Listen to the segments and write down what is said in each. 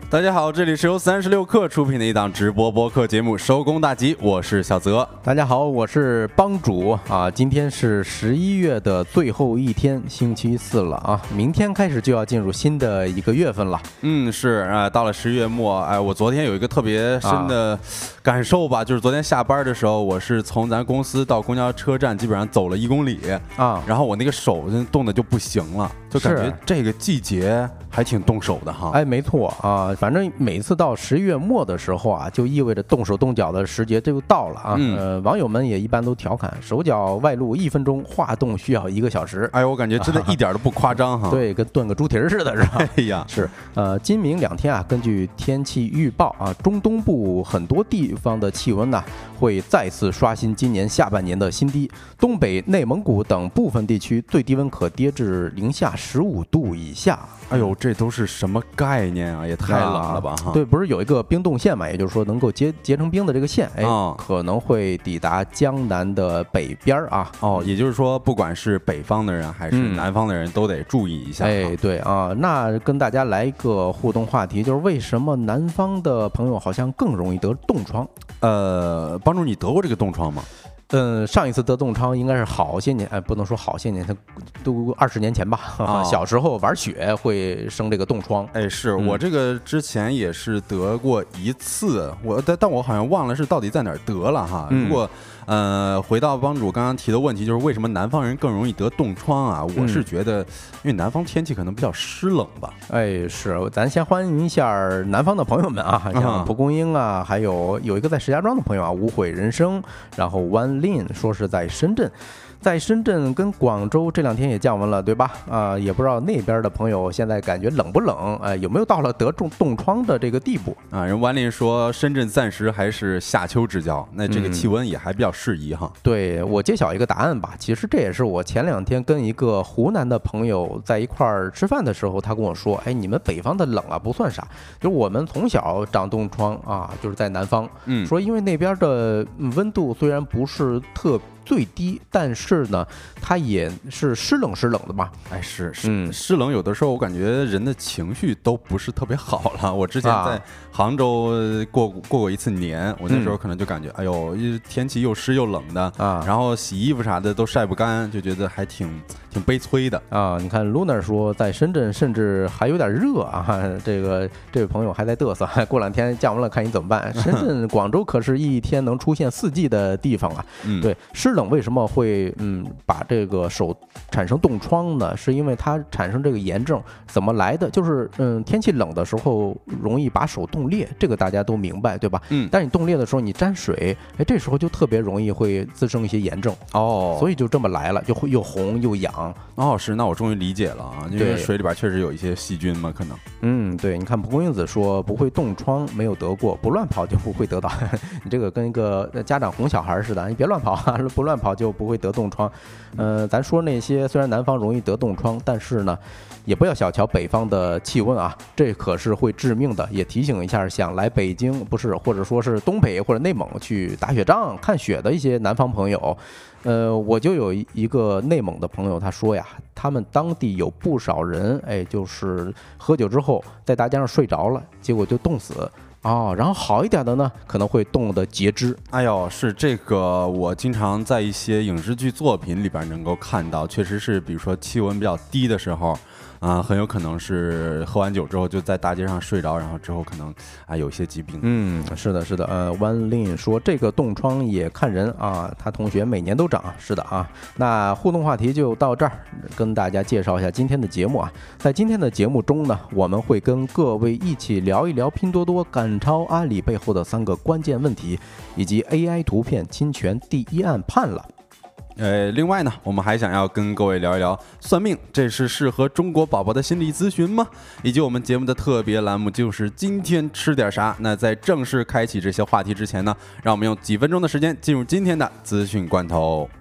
大家好，这里是由36氪出品的一档直播播客节目《收工大吉》，我是小泽。 大家好，我是帮主啊。今天是11月的最后一天，星期四了啊。明天开始就要进入新的一个月份了。 是啊，到了11月末，我昨天有一个特别深的感受吧，就是昨天下班的时候，我是从咱公司到公交车站，基本上走了1公里啊，然后我那个手冻得就不行了，就感觉这个季节还挺动手的哈。 没错啊。反正每次到11月末的时候啊，就意味着动手动脚的时节就到了啊。网友们也一般都调侃，手脚外露1分钟，化冻需要1个小时。 我感觉真的一点都不夸张哈。 对，跟炖个猪蹄似的，是吧？ 哎呀， 是。今明2天啊，根据天气预报啊，中东部很多地方的气温呢会再次刷新今年下半年的新低，东北、内蒙古等部分地区最低温可跌至-15度以下。 哎呦，这都是什么概念啊？也太冷了吧！ 对，不是有一个冰冻线嘛，也就是说能够结成冰的这个线，可能会抵达江南的北边啊。 也就是说，不管是北方的人还是南方的人，都得注意一下。 对啊，那跟大家来一个互动话题，就是为什么南方的朋友好像更容易得冻疮？ 帮助你得过这个冻疮吗？ 上一次得冻疮应该是好些年，不能说好些年，都20年前吧。小时候玩雪会生这个冻疮。 是我这个之前也是得过一次，但我好像忘了是到底在哪儿得了哈。如果回到帮主刚刚提的问题，就是为什么南方人更容易得冻疮啊？我是觉得，因为南方天气可能比较湿冷吧。 是，咱先欢迎一下南方的朋友们啊，像蒲公英啊，还有一个在石家庄的朋友啊，无悔人生，然后One Lin 说是在深圳。在深圳跟广州这2天也降温了，对吧？也不知道那边的朋友现在感觉冷不冷？有没有到了得冻疮的这个地步啊？人万林说深圳暂时还是夏秋之交，那这个气温也还比较适宜哈。 对，我揭晓一个答案吧。其实这也是我前2天跟一个湖南的朋友在一块儿吃饭的时候，他跟我说：“你们北方的冷啊不算啥，就是我们从小长冻疮啊，就是在南方。说因为那边的温度虽然不是最低，但是呢，它也是湿冷的嘛。 湿冷有的时候我感觉人的情绪都不是特别好了。我之前在杭州过一次年，我那时候可能就感觉，哎呦，天气又湿又冷的啊，然后洗衣服啥的都晒不干，就觉得还挺悲催的啊。你看 Luna 说在深圳甚至还有点热啊，这位朋友还在嘚瑟，过2天降温了看你怎么办。深圳、广州可是一天能出现4季的地方啊。对，湿冷为什么会把这个手产生冻疮呢？是因为它产生这个炎症怎么来的？就是天气冷的时候容易把手冻裂，这个大家都明白对吧？但是你冻裂的时候你沾水，这时候就特别容易会滋生一些炎症所以就这么来了，就会又红又痒。 是，那我终于理解了啊，因为水里边确实有一些细菌嘛，可能。 对，你看蒲公英子说不会冻疮，没有得过，不乱跑就不会得到。你这个跟一个家长哄小孩似的，你别乱跑啊，不乱跑就不会得冻疮。咱说那些虽然南方容易得冻疮，但是呢，也不要小瞧北方的气温啊，这可是会致命的。也提醒一下想来北京或者说是东北或者内蒙去打雪仗看雪的一些南方朋友。我就有一个内蒙的朋友，他说呀，他们当地有不少人，就是喝酒之后在大街上睡着了，结果就冻死。然后好一点的呢，可能会冻得截肢。 是这个，我经常在一些影视剧作品里边能够看到，确实是，比如说气温比较低的时候。很有可能是喝完酒之后就在大街上睡着，然后之后可能有一些疾病。 是的。One Lin 说这个冻疮也看人啊，他同学每年都长。是的啊，那互动话题就到这儿，跟大家介绍一下今天的节目啊。在今天的节目中呢，我们会跟各位一起聊一聊拼多多赶超阿里背后的3个关键问题，以及 AI 图片侵权第1案判了。 另外呢，我们还想要跟各位聊一聊算命，这是适合中国宝宝的心理咨询吗？以及我们节目的特别栏目就是今天吃点啥。那在正式开启这些话题之前呢，让我们用几分钟的时间进入今天的资讯罐头。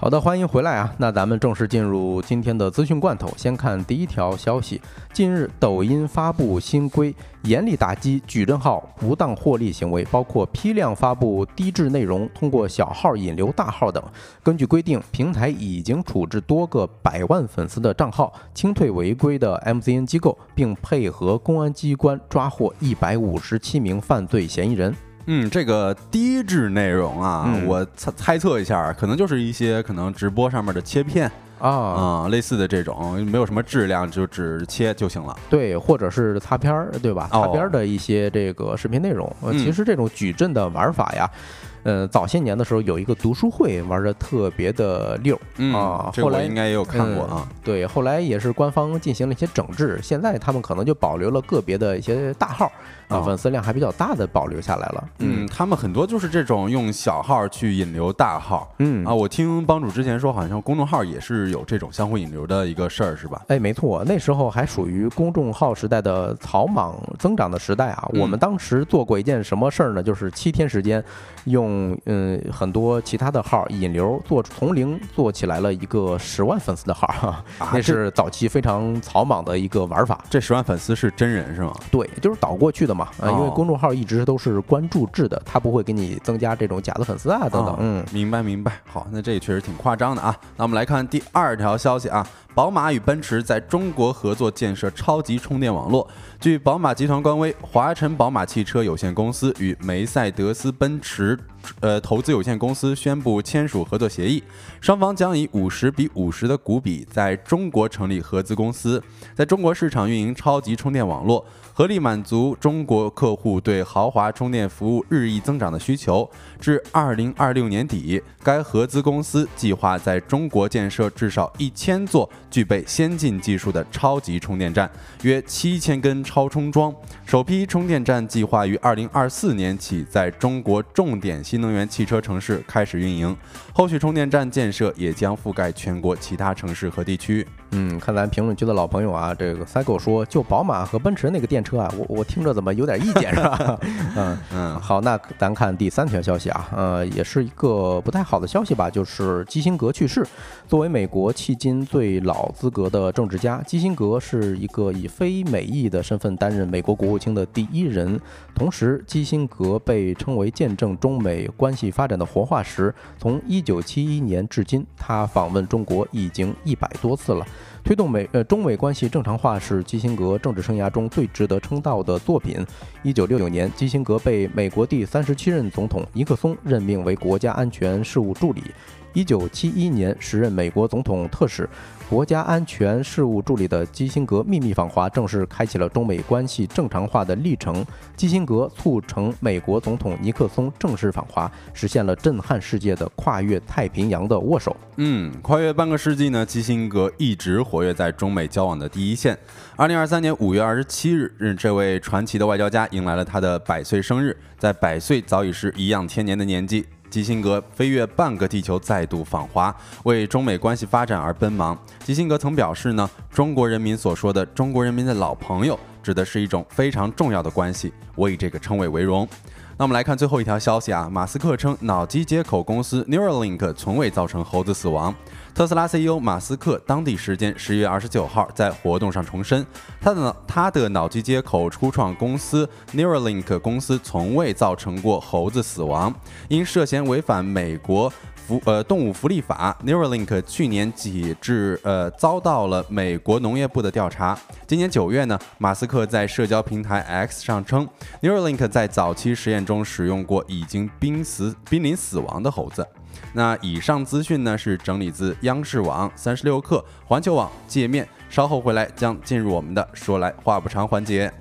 好的，欢迎回来啊！那咱们正式进入今天的资讯罐头。先看第一条消息：近日，抖音发布新规，严厉打击矩阵号不当获利行为，包括批量发布低质内容、通过小号引流大号等。根据规定，平台已经处置多个100万粉丝的账号，清退违规的 MCN 机构，并配合公安机关抓获157名犯罪嫌疑人。 这个低质内容啊，我猜测一下，可能就是一些可能直播上面的切片类似的这种，没有什么质量，就只切就行了。 对，或者是擦边儿，对吧？擦边儿的一些这个视频内容。其实这种矩阵的玩法呀，早些年的时候有一个读书会玩的特别的溜后来应该也有看过啊。 对，后来也是官方进行了一些整治，现在他们可能就保留了个别的一些大号粉丝量还比较大的保留下来了。 他们很多就是这种用小号去引流大号。我听帮主之前说，好像公众号也是有这种相互引流的一个事儿，是吧？ 哎，没错，那时候还属于公众号时代的草莽增长的时代啊。我们当时做过一件什么事儿呢？就是7天时间，用很多其他的号引流，从零做起来了一个10万粉丝的号那是早期非常草莽的一个玩法。 这10万粉丝是真人是吗？ 对，就是导过去的嘛。因为公众号一直都是关注制的，它不会给你增加这种假的粉丝啊等等。 明白。好，那这确实挺夸张的啊。那我们来看第2条消息啊。宝马与奔驰在中国合作建设超级充电网络。据宝马集团官微，华晨宝马汽车有限公司与梅赛德斯奔驰投资有限公司宣布签署合作协议，双方将以50:50的股比在中国成立合资公司，在中国市场运营超级充电网络，合力满足中国客户对豪华充电服务日益增长的需求。至2026年底，该合资公司计划在中国建设至少1000座具备先进技术的超级充电站，约7000根超充桩。首批充电站计划于2024年起在中国重点新能源汽车城市开始运营，后续充电站建设也将覆盖全国其他城市和地区。 看咱评论区的老朋友啊，这个 Cycle 说，就宝马和奔驰那个电车啊，我听着怎么有点意见是吧？好，那咱看第3条消息啊，也是一个不太好的消息吧，就是基辛格去世。作为美国迄今最老资格的政治家，基辛格是一个以非美裔的身份担任美国国务卿的第1人。同时，基辛格被称为见证中美关系发展的活化石。从1971年至今，他访问中国已经100多次了。推动中美关系正常化是基辛格政治生涯中最值得称道的作品。1969年，基辛格被美国第37任总统尼克松任命为国家安全事务助理。1971年，时任美国总统特使、国家安全事务助理的基辛格秘密访华，正式开启了中美关系正常化的历程。基辛格促成美国总统尼克松正式访华，实现了震撼世界的跨越太平洋的握手。 跨越半个世纪呢，基辛格一直活跃在中美交往的第一线。2023年5月27日，这位传奇的外交家迎来了他的100岁生日，在100岁早已是颐养天年的年纪。基辛格飞越半个地球再度访华，为中美关系发展而奔忙。基辛格曾表示呢，中国人民所说的中国人民的老朋友，指的是一种非常重要的关系，我以这个称谓为荣。那我们来看最后一条消息啊，马斯克称脑机接口公司 Neuralink 从未造成猴子死亡。特斯拉 CEO 马斯克当地时间10月29号在活动上重申，他的脑机接口初创公司 Neuralink 公司从未造成过猴子死亡，因涉嫌违反美国动物福利法 ，Neuralink 去年起至遭到了美国农业部的调查。今年9月呢，马斯克在社交平台 X 上称 ，Neuralink 在早期实验中使用过已经濒临死亡的猴子。那以上资讯呢是整理自央视网、36氪、环球网、界面。稍后回来将进入我们的说来话不长环节。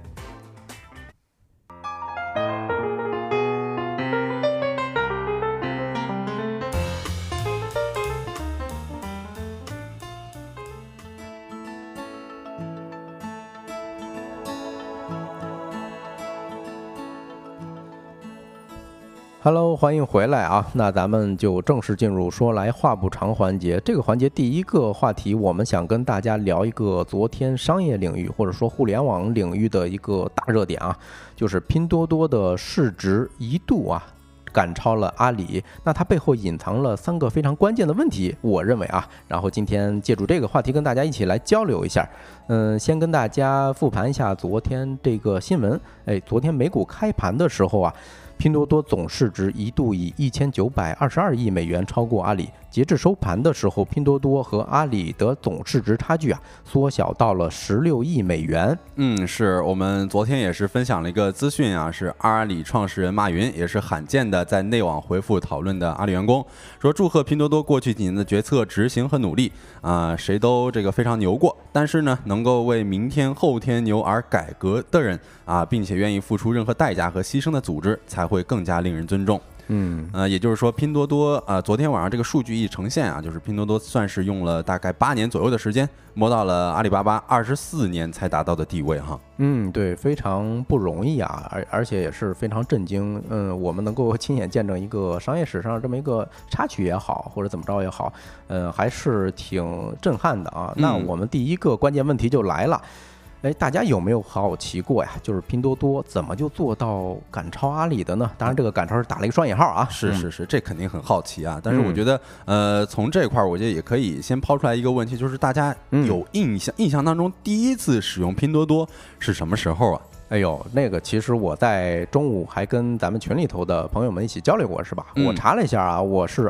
Hello， 欢迎回来啊！那咱们就正式进入说来话不长环节。这个环节第一个话题，我们想跟大家聊一个昨天商业领域或者说互联网领域的一个大热点啊，就是拼多多的市值一度赶超了阿里，那它背后隐藏了3个非常关键的问题，我认为啊，然后今天借助这个话题跟大家一起来交流一下。先跟大家复盘一下昨天这个新闻。昨天美股开盘的时候啊，拼多多总市值一度以1922亿美元超过阿里，截至收盘的时候，拼多多和阿里的总市值差距啊缩小到了16亿美元。 是我们昨天也是分享了一个资讯啊，是阿里创始人马云也是罕见的在内网回复讨论的阿里员工，说祝贺拼多多过去几年的决策执行和努力啊，谁都这个非常牛过，但是呢，能够为明天后天牛而改革的人啊，并且愿意付出任何代价和牺牲的组织，才会更加令人尊重。也就是说，拼多多昨天晚上这个数据一呈现啊，就是拼多多算是用了大概8年左右的时间，摸到了阿里巴巴24年才达到的地位哈。 对，非常不容易啊，而且也是非常震惊。我们能够亲眼见证一个商业史上这么一个插曲也好，或者怎么着也好，还是挺震撼的啊。那我们第一个关键问题就来了。大家有没有好奇过呀？就是拼多多怎么就做到赶超阿里的呢？当然，这个赶超是打了一个双引号啊。 是，这肯定很好奇啊。但是我觉得，从这块儿，我觉得也可以先抛出来一个问题，就是大家有印象当中第一次使用拼多多是什么时候啊？ 那个其实我在中午还跟咱们群里头的朋友们一起交流过，是吧？我查了一下啊，我是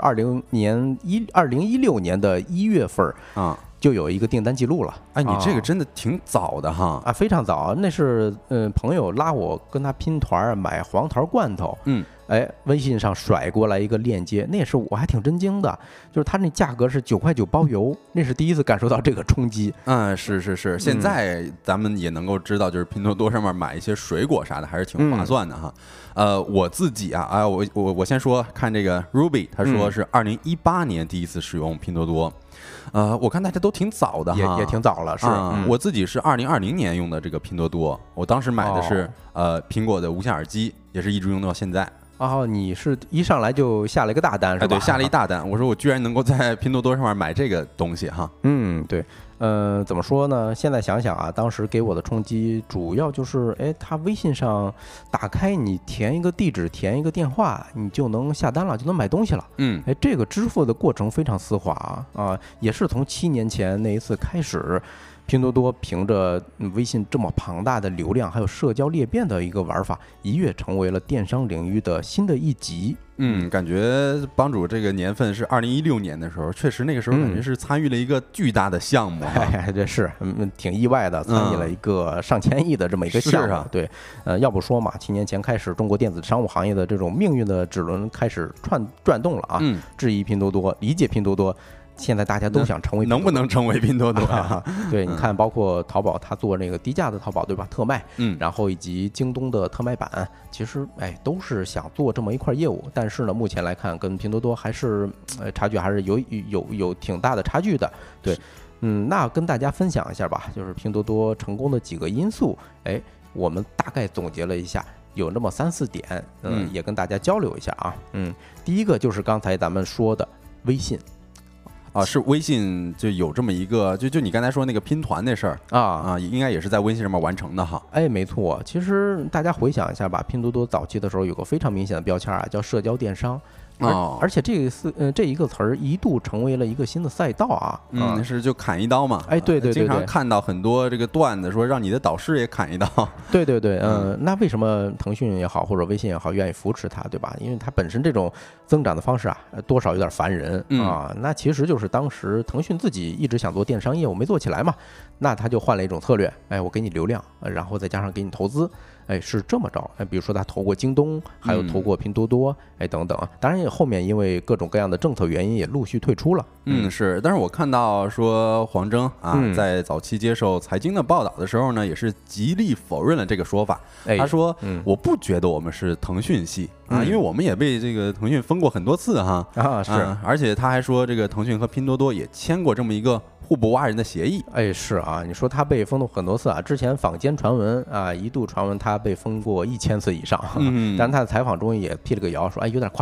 2016年的1月份啊。就有一个订单记录了。 你这个真的挺早的哈。 非常早。那是朋友拉我跟他拼团买黄桃罐头。微信上甩过来一个链接，那也是我还挺震惊的，就是它那价格是9块9包邮，那是第一次感受到这个冲击。 是。现在咱们也能够知道，就是拼多多上面买一些水果啥的还是挺划算的哈。我自己啊，我先说看这个 Ruby， 他说是2018年第一次使用拼多多。我看大家都挺早的哈， 也挺早了，是。 我自己是2020年用的这个拼多多，我当时买的是苹果的无线耳机，也是一直用到现在。 你是一上来就下了一个大单是吧？ 对，下了一大单。我说我居然能够在拼多多上面买这个东西哈。 对。怎么说呢？现在想想啊，当时给我的冲击主要就是，他微信上打开你填一个地址，填一个电话，你就能下单了，就能买东西了。这个支付的过程非常丝滑啊，也是从7年前那一次开始。拼多多凭着微信这么庞大的流量，还有社交裂变的一个玩法，一跃成为了电商领域的新的一极。 感觉帮主这个年份是2016年的时候，确实那个时候感觉是参与了一个巨大的项目。 这是挺意外的，参与了一个上千亿的这么一个项目。对，要不说嘛，7年前开始，中国电子商务行业的这种命运的齿轮开始转动了啊。质疑拼多多，理解拼多多。现在大家都想成为能不能成为拼多多对，你看，包括淘宝，它做那个低价的淘宝，对吧？特卖，然后以及京东的特卖版，其实都是想做这么一块业务。但是呢，目前来看，跟拼多多还是差距还是有挺大的差距的。对，那跟大家分享一下吧，就是拼多多成功的几个因素。我们大概总结了一下，有那么3、4点，也跟大家交流一下啊。第一个就是刚才咱们说的微信。 是微信就有这么一个，就你刚才说那个拼团那事儿应该也是在微信上面完成的哈。 没错，其实大家回想一下吧，拼多多早期的时候有个非常明显的标签叫社交电商。而且这一个词儿一度成为了一个新的赛道啊。 是就砍一刀嘛。 对， 经常看到很多这个段子说让你的导师也砍一刀。 对，那为什么腾讯也好或者微信也好愿意扶持它，对吧？因为它本身这种增长的方式啊，多少有点烦人啊。那其实就是当时腾讯自己一直想做电商业务没做起来嘛，那他就换了一种策略，我给你流量，然后再加上给你投资。是这么着。比如说他投过京东，还有投过拼多多，等等。当然后面因为各种各样的政策原因也陆续退出了。 是。但是我看到说黄峥在早期接受财经的报道的时候呢，也是极力否认了这个说法。他说我不觉得我们是腾讯系因为我们也被这个腾讯封过很多次哈。 是。 而且他还说这个腾讯和拼多多也签过这么一个互不挖人的协议。 是啊，你说他被封了很多次啊，之前坊间传闻一度传闻他被封过1000次以上。但是他的采访中也辟了个谣，说有点夸张。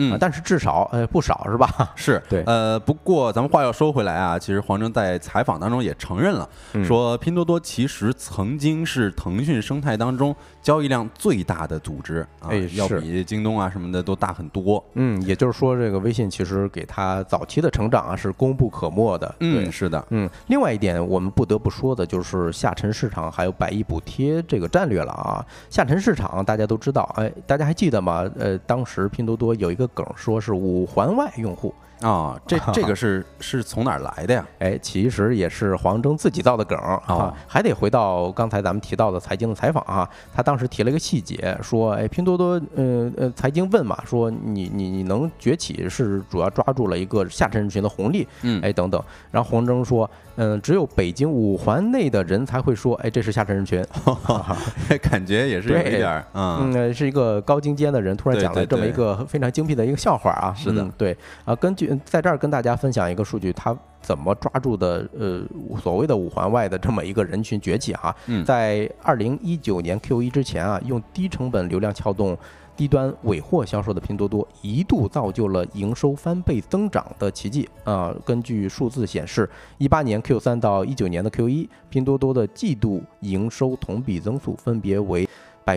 但是至少不少是吧？ 是， 对， 不过咱们话要说回来啊，其实黄峥在采访当中也承认了，说拼多多其实曾经是腾讯生态当中交易量最大的组织啊，要比京东啊什么的都大很多。 也就是说，这个微信其实给它早期的成长啊是功不可没的。对， 是的， 另外一点我们不得不说的就是下沉市场还有百亿补贴这个战略了啊。下沉市场大家都知道，大家还记得吗？当时拼多多有一个梗说是5环外用户。 这个是从哪儿来的呀？ 其实也是黄峥自己造的梗啊，还得回到刚才咱们提到的财经的采访啊，他当时提了一个细节，说拼多多财经问嘛，说你能崛起是主要抓住了一个下沉人群的红利，等等，然后黄峥说，只有北京5环内的人才会说，这是下沉人群， 感觉也是有一点是一个高精尖的人突然讲了这么一个非常精辟的一个笑话啊， 是的， 对啊，根据在这儿跟大家分享一个数据，他怎么抓住的所谓的5环外的这么一个人群崛起哈，在2019年 Q1 之前啊，用低成本流量撬动低端尾货销售的拼多多一度造就了营收翻倍增长的奇迹啊！根据数字显示，18年 Q3 到19年的 Q1，拼多多的季度营收同比增速分别为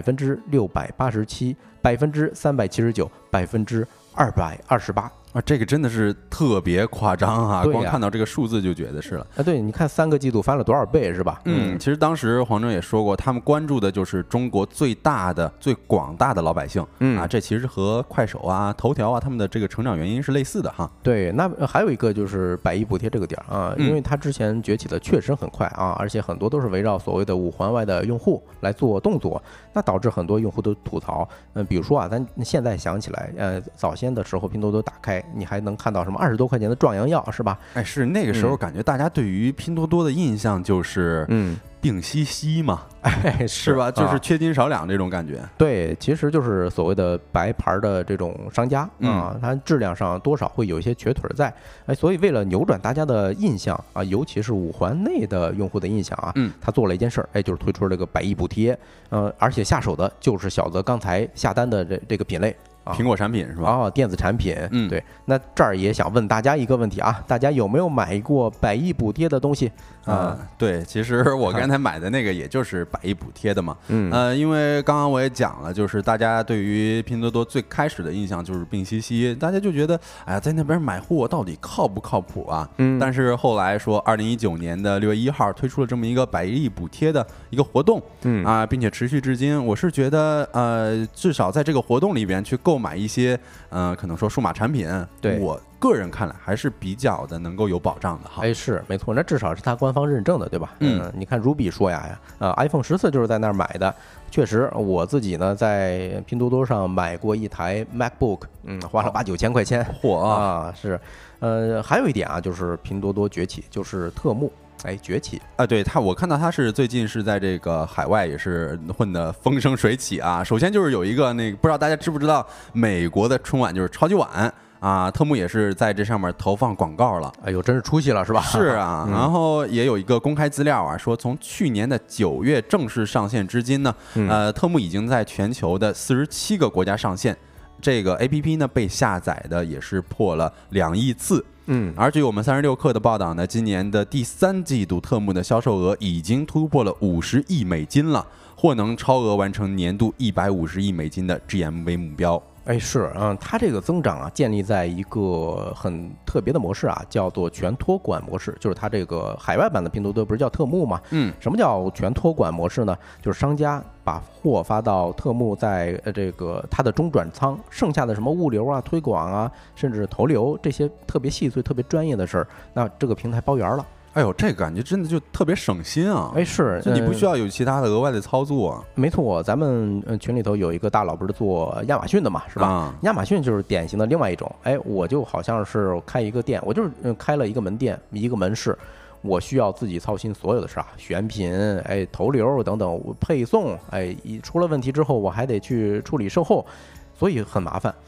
687%、379%、228%。 这个真的是特别夸张啊！光看到这个数字就觉得是了对，你看3个季度翻了多少倍是吧？ 其实当时黄峥也说过，他们关注的就是中国最大的、最广大的老百姓这其实和快手啊、头条啊他们的这个成长原因是类似的哈。 对，那还有一个就是百亿补贴这个点啊，因为它之前崛起的确实很快啊，而且很多都是围绕所谓的5环外的用户来做动作，那导致很多用户都吐槽，比如说啊，咱现在想起来，早先的时候拼多多打开，你还能看到什么20多块钱的壮阳药是吧？ 是那个时候感觉大家对于拼多多的印象就是病兮兮嘛，是吧？就是缺斤少两这种感觉。 对，其实就是所谓的白牌的这种商家啊，它质量上多少会有一些瘸腿在。所以为了扭转大家的印象啊，尤其是5环内的用户的印象啊，他做了一件事儿，就是推出了这个百亿补贴，而且下手的就是小泽刚才下单的这个品类。 苹果产品是吧？ 电子产品，对。那这儿也想问大家一个问题啊，大家有没有买过百亿补贴的东西对，其实我刚才买的那个也就是百亿补贴的嘛。因为刚刚我也讲了，就是大家对于拼多多最开始的印象就是病兮兮，大家就觉得在那边买货到底靠不靠谱啊？但是后来说2019年的6月1号推出了这么一个百亿补贴的一个活动，并且持续至今。我是觉得至少在这个活动里边去购买一些可能说数码产品，对我个人看来还是比较的能够有保障的哈。 是没错，那至少是它官方认证的，对吧？你看 Ruby 说呀，iPhone 14就是在那儿买的。确实，我自己呢在拼多多上买过一台 MacBook，花了8、9千块钱。是。还有一点啊，就是拼多多崛起，就是特目。崛起对我看到他是最近是在这个海外也是混得风生水起啊。首先就是有一个不知道大家知不知道，美国的春晚就是超级碗啊，特目也是在这上面投放广告了。 真是出息了是吧？ 是啊，然后也有一个公开资料啊，说从去年的9月正式上线至今呢，特目已经在全球的47个国家上线。这个 APP 呢被下载的也是破了2亿次。而据我们36氪的报道呢，今年的第3季度特目的销售额已经突破了50亿美金了，或能超额完成年度150亿美金的 GMV 目标。 是，它这个增长啊，建立在一个很特别的模式啊，叫做全托管模式。就是它这个海外版的拼多多不是叫特目吗？什么叫全托管模式呢？就是商家把货发到特目，在这个它的中转仓，剩下的什么物流啊、推广啊，甚至投流这些特别细碎、特别专业的事儿，那这个平台包圆了。 这个感觉真的就特别省心啊！ 是， 就你不需要有其他的额外的操作。 没错，咱们群里头有一个大佬不是做亚马逊的嘛，是吧？亚马逊就是典型的另外一种。我就好像是开一个店，我就是开了一个门店，一个门市，我需要自己操心所有的事啊，选品，投流等等，配送，出了问题之后我还得去处理售后，所以很麻烦。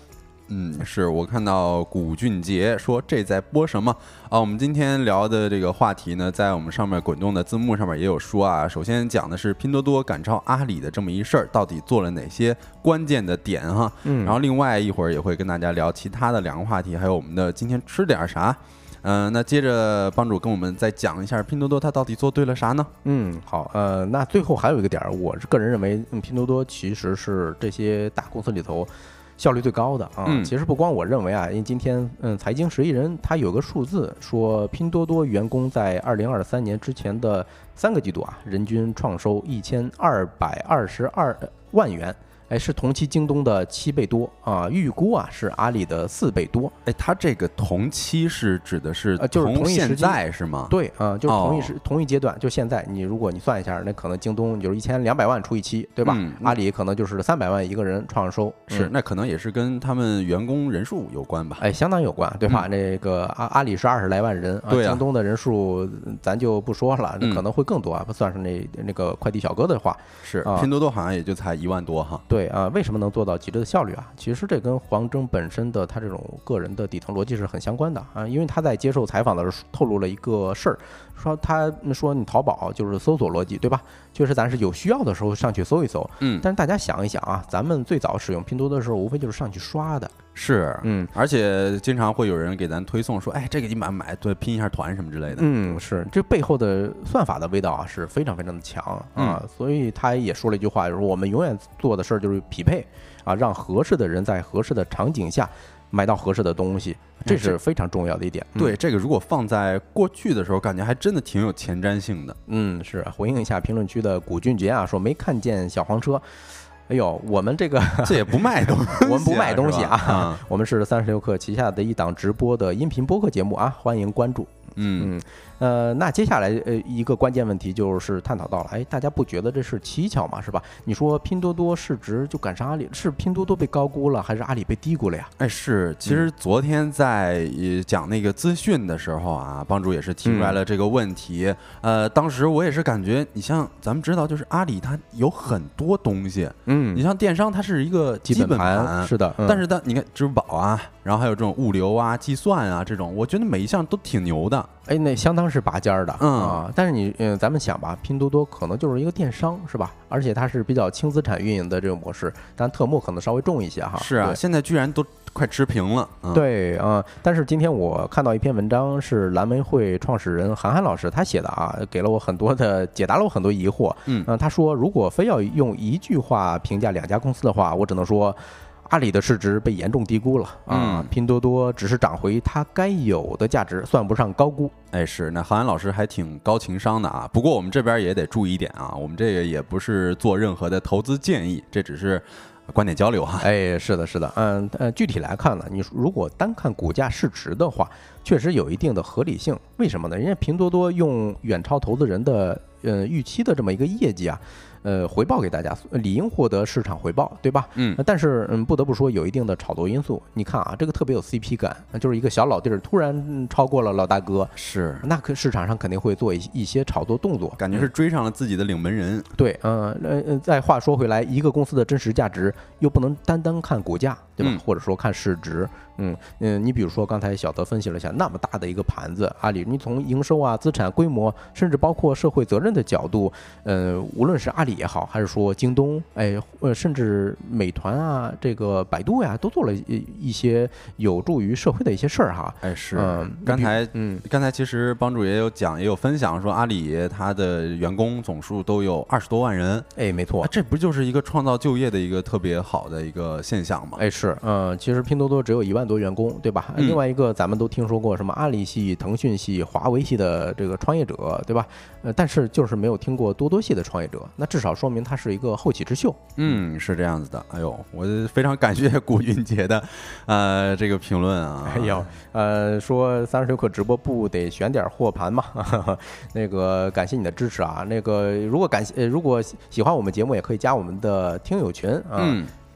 是我看到古俊杰说这在播什么啊？我们今天聊的这个话题呢，在我们上面滚动的字幕上面也有说啊。首先讲的是拼多多赶超阿里的这么一事儿，到底做了哪些关键的点哈？然后另外一会儿也会跟大家聊其他的2个话题，还有我们的今天吃点啥。那接着帮主跟我们再讲一下拼多多它到底做对了啥呢？ 好，那最后还有一个点，我是个人认为，拼多多其实是这些大公司里头效率最高的啊。其实不光我认为啊，因为今天财经11人它有个数字说，拼多多员工在2023年之前的3个季度啊，人均创收1222万元。是同期京东的7倍多啊，预估啊是阿里的4倍多。 它这个同期是指的是就是同一现在是吗？ 对啊，就是同一阶段，就现在如果你算一下，那可能京东就是1200万除以7，对吧？阿里可能就是300万一个人创收， 是那可能也是跟他们员工人数有关吧？ 相当有关，对吧？那个阿里是20来万人啊，京东的人数咱就不说了，那可能会更多啊，不算是那个快递小哥的话， 是拼多多好像也就才1万多哈。 对啊，为什么能做到极致的效率啊？其实这跟黄峥本身的他这种个人的底层逻辑是很相关的啊。因为他在接受采访的时候透露了一个事儿，说你淘宝就是搜索逻辑，对吧？确实咱是有需要的时候上去搜一搜，但是大家想一想啊，咱们最早使用拼多多的时候，无非就是上去刷的。 是，而且经常会有人给咱推送说，这个你买，对，拼一下团什么之类的。 是，这背后的算法的味道啊是非常非常的强啊，所以他也说了一句话，就是我们永远做的事儿就是匹配啊，让合适的人在合适的场景下买到合适的东西，这是非常重要的一点。 对，这个如果放在过去的时候，感觉还真的挺有前瞻性的。 是回应一下评论区的古俊杰啊，说没看见小黄车。哎呦，我们这也不卖东西， 我们不卖东西啊，我们是36氪旗下的一档直播的音频播客节目啊，欢迎关注。那接下来一个关键问题就是探讨到了，大家不觉得这是蹊跷吗？是吧？你说拼多多市值就赶上阿里，是拼多多被高估了，还是阿里被低估了呀？ 是，其实昨天在讲那个资讯的时候啊，帮主也是提出来了这个问题。当时我也是感觉，你像咱们知道，就是阿里它有很多东西，你像电商它是一个基本盘， 是的， 但是你看支付宝啊，然后还有这种物流啊、计算啊这种，我觉得每一项都挺牛的。 那相当是拔尖儿的啊！但是咱们想吧，拼多多可能就是一个电商，是吧？而且它是比较轻资产运营的这种模式，但特目可能稍微重一些哈。 是啊，现在居然都快持平了。 对啊，但是今天我看到一篇文章，是蓝莓会创始人韩寒老师他写的啊，给了我很多的解答了我很多疑惑。他说如果非要用一句话评价2家公司的话，我只能说，阿里的市值被严重低估了啊，拼多多只是涨回它该有的价值，算不上高估。 是，那韩寒老师还挺高情商的啊。不过我们这边也得注意一点啊，我们这个也不是做任何的投资建议，这只是观点交流哈。 是的，是的，具体来看呢，你如果单看股价市值的话，确实有一定的合理性。为什么呢？人家拼多多用远超投资人的预期的这么一个业绩啊。回报给大家，理应获得市场回报，对吧？但是不得不说有一定的炒作因素。你看啊，这个特别有 CP 感，就是一个小老弟儿突然超过了老大哥， 是， 那市场上肯定会做一些炒作动作， 感觉是追上了自己的领门人。 对，再话说回来，一个公司的真实价值又不能单单看股价，对吧？或者说看市值。你比如说刚才小德分析了一下，那么大的一个盘子，阿里，你从营收啊、资产规模，甚至包括社会责任的角度，无论是阿里也好，还是说京东，甚至美团啊，这个百度呀，都做了一些有助于社会的一些事儿哈。 是，刚才其实帮主也有分享说，阿里它的员工总数都有20多万人。 没错， 这不就是一个创造就业的一个特别好的一个现象吗？ 是，其实拼多多只有1万多员工，对吧？另外一个咱们都听说过什么阿里系、腾讯系、华为系的这个创业者，对吧？但是就是没有听过多多系的创业者，那至少说明它是一个后起之秀。 是这样子的。我非常感谢古云杰的这个评论啊。 说36氪直播不得选点货盘嘛？那个感谢你的支持啊。那个如果喜欢我们节目，也可以加我们的听友群啊。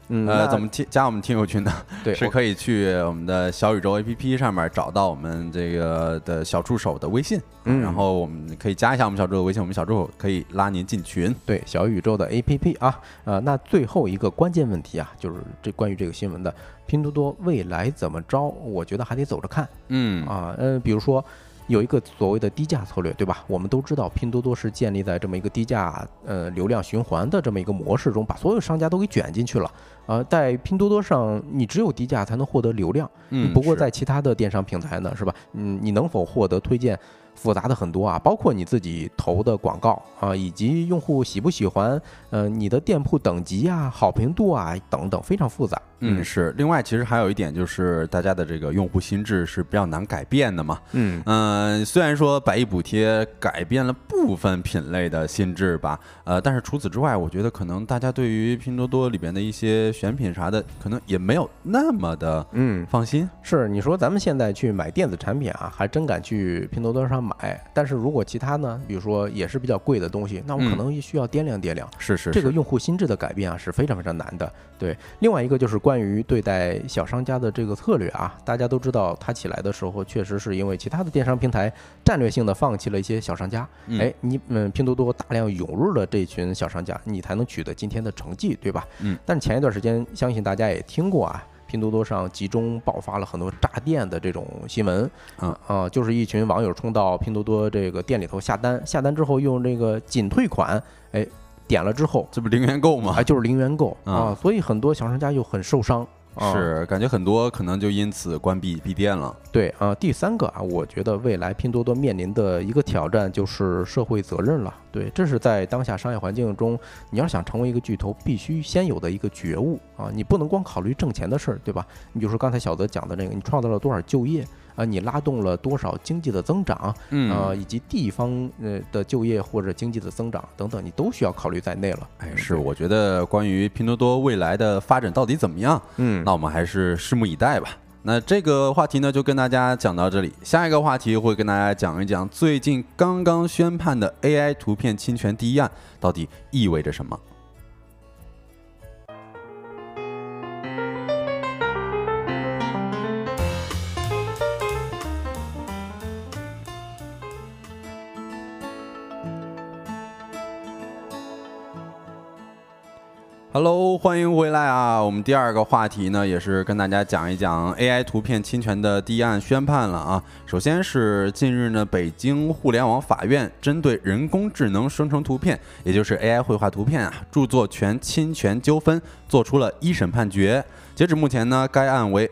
怎么加我们听友群呢？ 对， 是可以去我们的小宇宙 APP 上面找到我们这个的小助手的微信，然后我们可以加一下我们小助手的微信，我们小助手可以拉您进群。 对，小宇宙的 APP 啊，那最后一个关键问题啊，就是关于这个新闻的，拼多多未来怎么着？我觉得还得走着看。比如说。有一个所谓的低价策略，对吧？我们都知道拼多多是建立在这么一个低价流量循环的这么一个模式中，把所有商家都给卷进去了。在拼多多上，你只有低价才能获得流量。不过在其他的电商平台呢，是吧？你能否获得推荐？复杂的很多啊，包括你自己投的广告啊，以及用户喜不喜欢，你的店铺等级啊、好评度啊等等，非常复杂。 是。另外，其实还有一点就是大家的这个用户心智是比较难改变的嘛。虽然说百亿补贴改变了部分品类的心智吧，但是除此之外，我觉得可能大家对于拼多多里边的一些选品啥的，可能也没有那么的放心。 是，你说咱们现在去买电子产品啊，还真敢去拼多多上买，但是如果其他呢，比如说也是比较贵的东西，那我可能需要掂量掂量。 是， 这个用户心智的改变啊，是非常非常难的。对，另外一个就是关于对待小商家的这个策略啊，大家都知道它起来的时候，确实是因为其他的电商平台战略性的放弃了一些小商家。你拼多多大量涌入了这群小商家，你才能取得今天的成绩，对吧？但前一段时间，相信大家也听过啊。拼多多上集中爆发了很多诈店的这种新闻，就是一群网友冲到拼多多这个店里头下单之后用这个仅退款，点了之后， 这不零元购吗？ 就是零元购啊，所以很多小商家又很受伤。 是，感觉很多可能就因此关闭闭店了。 对啊，第三个啊，我觉得未来拼多多面临的一个挑战就是社会责任了。对，这是在当下商业环境中，你要想成为一个巨头，必须先有的一个觉悟啊，你不能光考虑挣钱的事儿，对吧？你比如说刚才小泽讲的那个，你创造了多少就业啊，你拉动了多少经济的增长，以及地方的就业或者经济的增长等等，你都需要考虑在内了。 是，我觉得关于拼多多未来的发展到底怎么样，那我们还是拭目以待吧。那这个话题呢，就跟大家讲到这里。下一个话题会跟大家讲一讲最近刚刚宣判的 AI 图片侵权第一案到底意味着什么。Hello， 欢迎回来啊！我们第二个话题呢，也是跟大家讲一讲 AI 图片侵权的第一案宣判了啊。首先是近日呢，北京互联网法院针对人工智能生成图片，也就是 AI 绘画图片啊，著作权侵权纠纷做出了一审判决。截止目前呢，该案为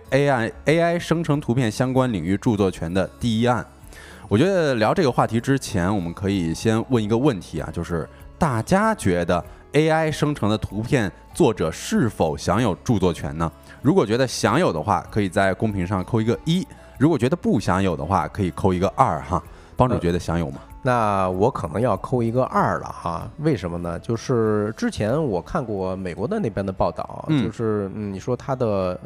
AI 生成图片相关领域著作权的第一案。我觉得聊这个话题之前，我们可以先问一个问题啊，就是大家觉得AI 生成的图片作者是否享有著作权呢？如果觉得享有的话，可以在公屏上扣一个1；如果觉得不享有的话，可以扣一个2哈。帮主觉得享有吗？ 那我可能要扣一个2了哈，为什么呢？就是之前我看过美国的那边的报道，就是你说它的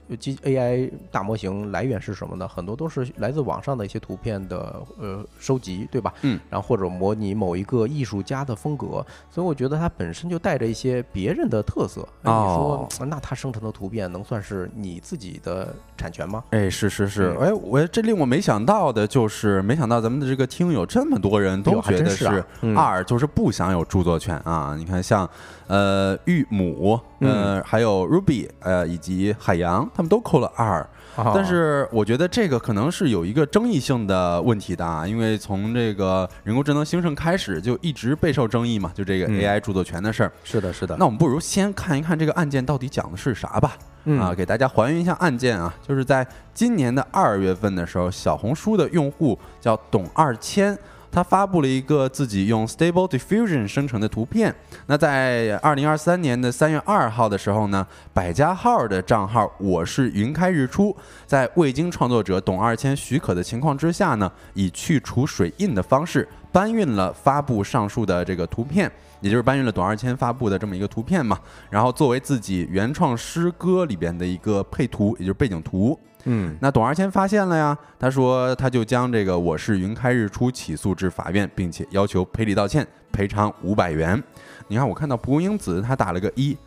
AI 大模型来源是什么呢？很多都是来自网上的一些图片的收集，对吧？然后或者模拟某一个艺术家的风格，所以我觉得它本身就带着一些别人的特色。你说那它生成的图片能算是你自己的产权吗？ 是，这令我没想到的就是，没想到咱们的这个听友这么多人都觉得是2，就是不享有著作权啊。你看像玉母，还有 Ruby，以及海洋，他们都扣了2。但是我觉得这个可能是有一个争议性的问题的啊，因为从这个人工智能兴盛开始就一直备受争议嘛，就这个 AI 著作权的事儿。 是的。 那我们不如先看一看这个案件到底讲的是啥吧。给大家还原一下案件啊，就是在今年的2月份的时候，小红书的用户叫董2000。他发布了一个自己用 Stable Diffusion 生成的图片。那在2023年的3月2号的时候呢，百家号的账号我是云开日出，在未经创作者董2000许可的情况之下呢，以去除水印的方式搬运了发布上述的这个图片，也就是搬运了董2000发布的这么一个图片嘛，然后作为自己原创诗歌里边的一个配图，也就是背景图。那董2000发现了呀，他说他就将这个我是云开日出起诉至法院，并且要求赔礼道歉，赔偿500元。你看，我看到蒲公英子他打了个1，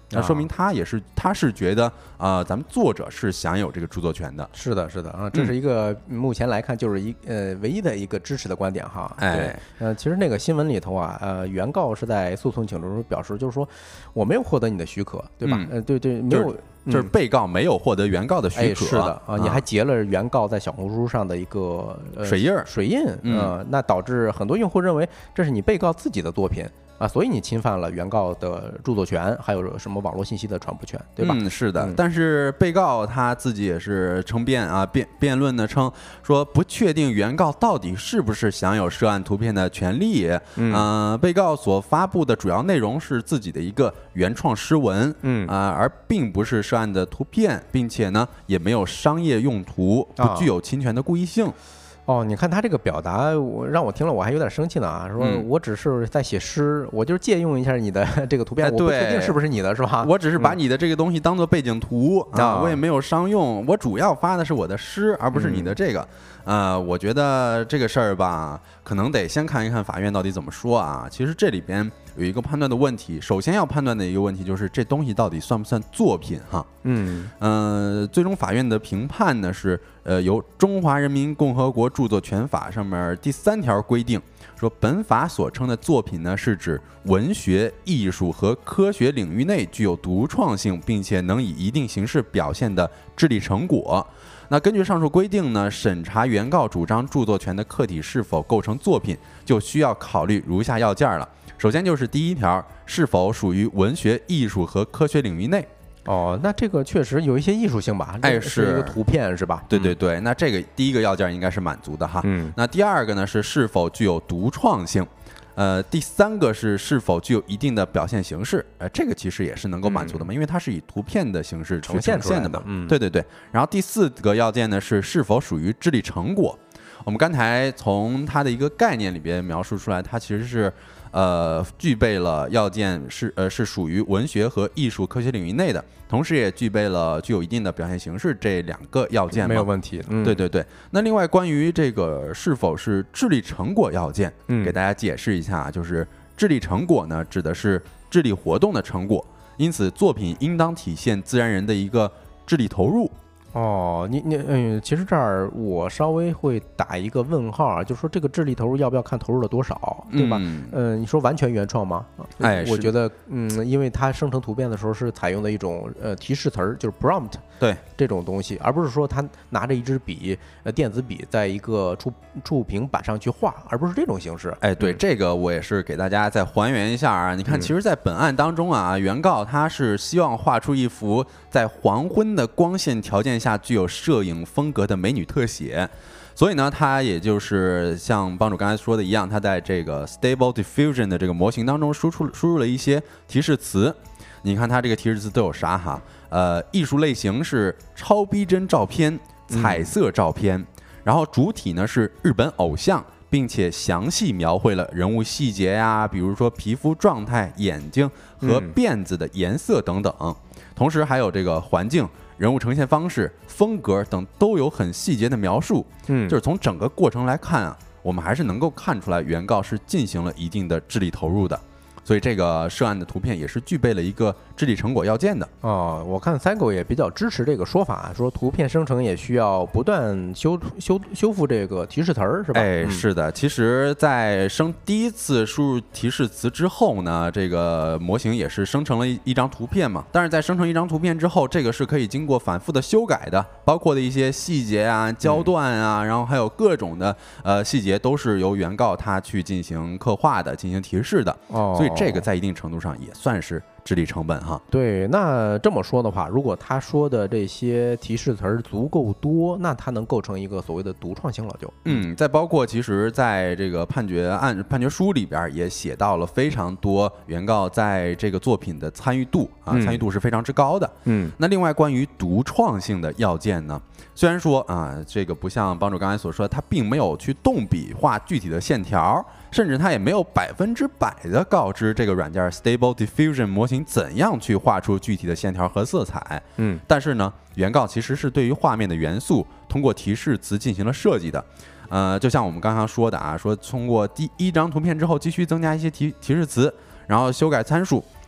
那说明他是觉得咱们作者是享有这个著作权的。 是的，是的啊，这是一个目前来看就是唯一的一个支持的观点哈。对，其实那个新闻里头啊，原告是在诉讼请求中表示，就是说我没有获得你的许可，对吧？对，没有。 就是被告没有获得原告的许可， 是的啊，你还截了原告在小红书上的一个水印， 那导致很多用户认为这是你被告自己的作品啊，所以你侵犯了原告的著作权，还有什么网络信息的传播权，对吧？ 是的。但是被告他自己也是称辩啊，辩论的称说不确定原告到底是不是享有涉案图片的权利。被告所发布的主要内容是自己的一个原创诗文，而并不是涉案的图片，并且呢也没有商业用途，不具有侵权的故意性。 你看他这个表达，让我听了我还有点生气呢啊！说我只是在写诗，我就是借用一下你的这个图片，我不确定是不是你的，是吧？ 我只是把你的这个东西当做背景图我也没有商用，我主要发的是我的诗，而不是你的这个。我觉得这个事儿吧，可能得先看一看法院到底怎么说啊。其实这里边有一个判断的问题，首先要判断的一个问题就是这东西到底算不算作品哈？最终法院的评判呢是由《中华人民共和国著作权法》上面第3条规定说，本法所称的作品呢是指文学、艺术和科学领域内具有独创性，并且能以一定形式表现的智力成果。那根据上述规定呢，审查原告主张著作权的客体是否构成作品，就需要考虑如下要件了。首先就是第1条，是否属于文学、艺术和科学领域内。 那这个确实有一些艺术性吧？是一个图片是吧？ 对，那这个第1个要件应该是满足的哈。那第2个呢是否具有独创性。第3个是否具有一定的表现形式，这个其实也是能够满足的嘛，因为它是以图片的形式呈现的嘛。对。然后第4个要件呢是否属于智力成果。我们刚才从它的一个概念里边描述出来，它其实是具备了要件是属于文学和艺术科学领域内的，同时也具备了具有一定的表现形式这2个要件嘛， 没有问题。 对。那另外关于这个是否是智力成果要件，给大家解释一下，就是智力成果呢指的是智力活动的成果，因此作品应当体现自然人的一个智力投入。 其实这儿我稍微会打一个问号啊，就是说这个智力投入要不要看投入了多少，对吧？你说完全原创吗？我觉得因为它生成图片的时候是采用的一种提示词儿，就是 prompt， 对这种东西，而不是说他拿着一支笔电子笔在一个触屏板上去画，而不是这种形式。 对，这个我也是给大家再还原一下啊。你看，其实，在本案当中啊，原告他是希望画出一幅在黄昏的光线条件下具有摄影风格的美女特写，所以呢，他也就是像帮主刚才说的一样，他在这个 Stable Diffusion 的这个模型当中输入了一些提示词。你看它这个提示词都有啥哈？艺术类型是超逼真照片、彩色照片，然后主体呢是日本偶像，并且详细描绘了人物细节呀，比如说皮肤状态、眼睛和辫子的颜色等等。同时还有这个环境、人物呈现方式、风格等都有很细节的描述。就是从整个过程来看啊，我们还是能够看出来原告是进行了一定的智力投入的。所以这个涉案的图片也是具备了一个智力成果要件的。 我看 Cycle 也比较支持这个说法，说图片生成也需要不断修复这个提示词儿，是吧？ 是的。其实，在第一次输入提示词之后呢，这个模型也是生成了一张图片嘛。但是在生成一张图片之后，这个是可以经过反复的修改的，包括的一些细节啊、焦段啊，然后还有各种的细节都是由原告他去进行刻画的、进行提示的。所以这个在一定程度上也算是智力成本哈。 对，那这么说的话，如果他说的这些提示词儿足够多，那他能构成一个所谓的独创性了就。 再包括其实在这个判决书里边也写到了非常多原告在这个作品的参与度啊，参与度是非常之高的。那另外关于独创性的要件呢，虽然说啊，这个不像帮主刚才所说，他并没有去动笔画具体的线条，甚至他也没有100%的告知这个软件 Stable Diffusion 模型怎样去画出具体的线条和色彩。但是呢，原告其实是对于画面的元素通过提示词进行了设计的。就像我们刚刚说的啊，说通过第1张图片之后继续增加一些提示词，然后修改参数，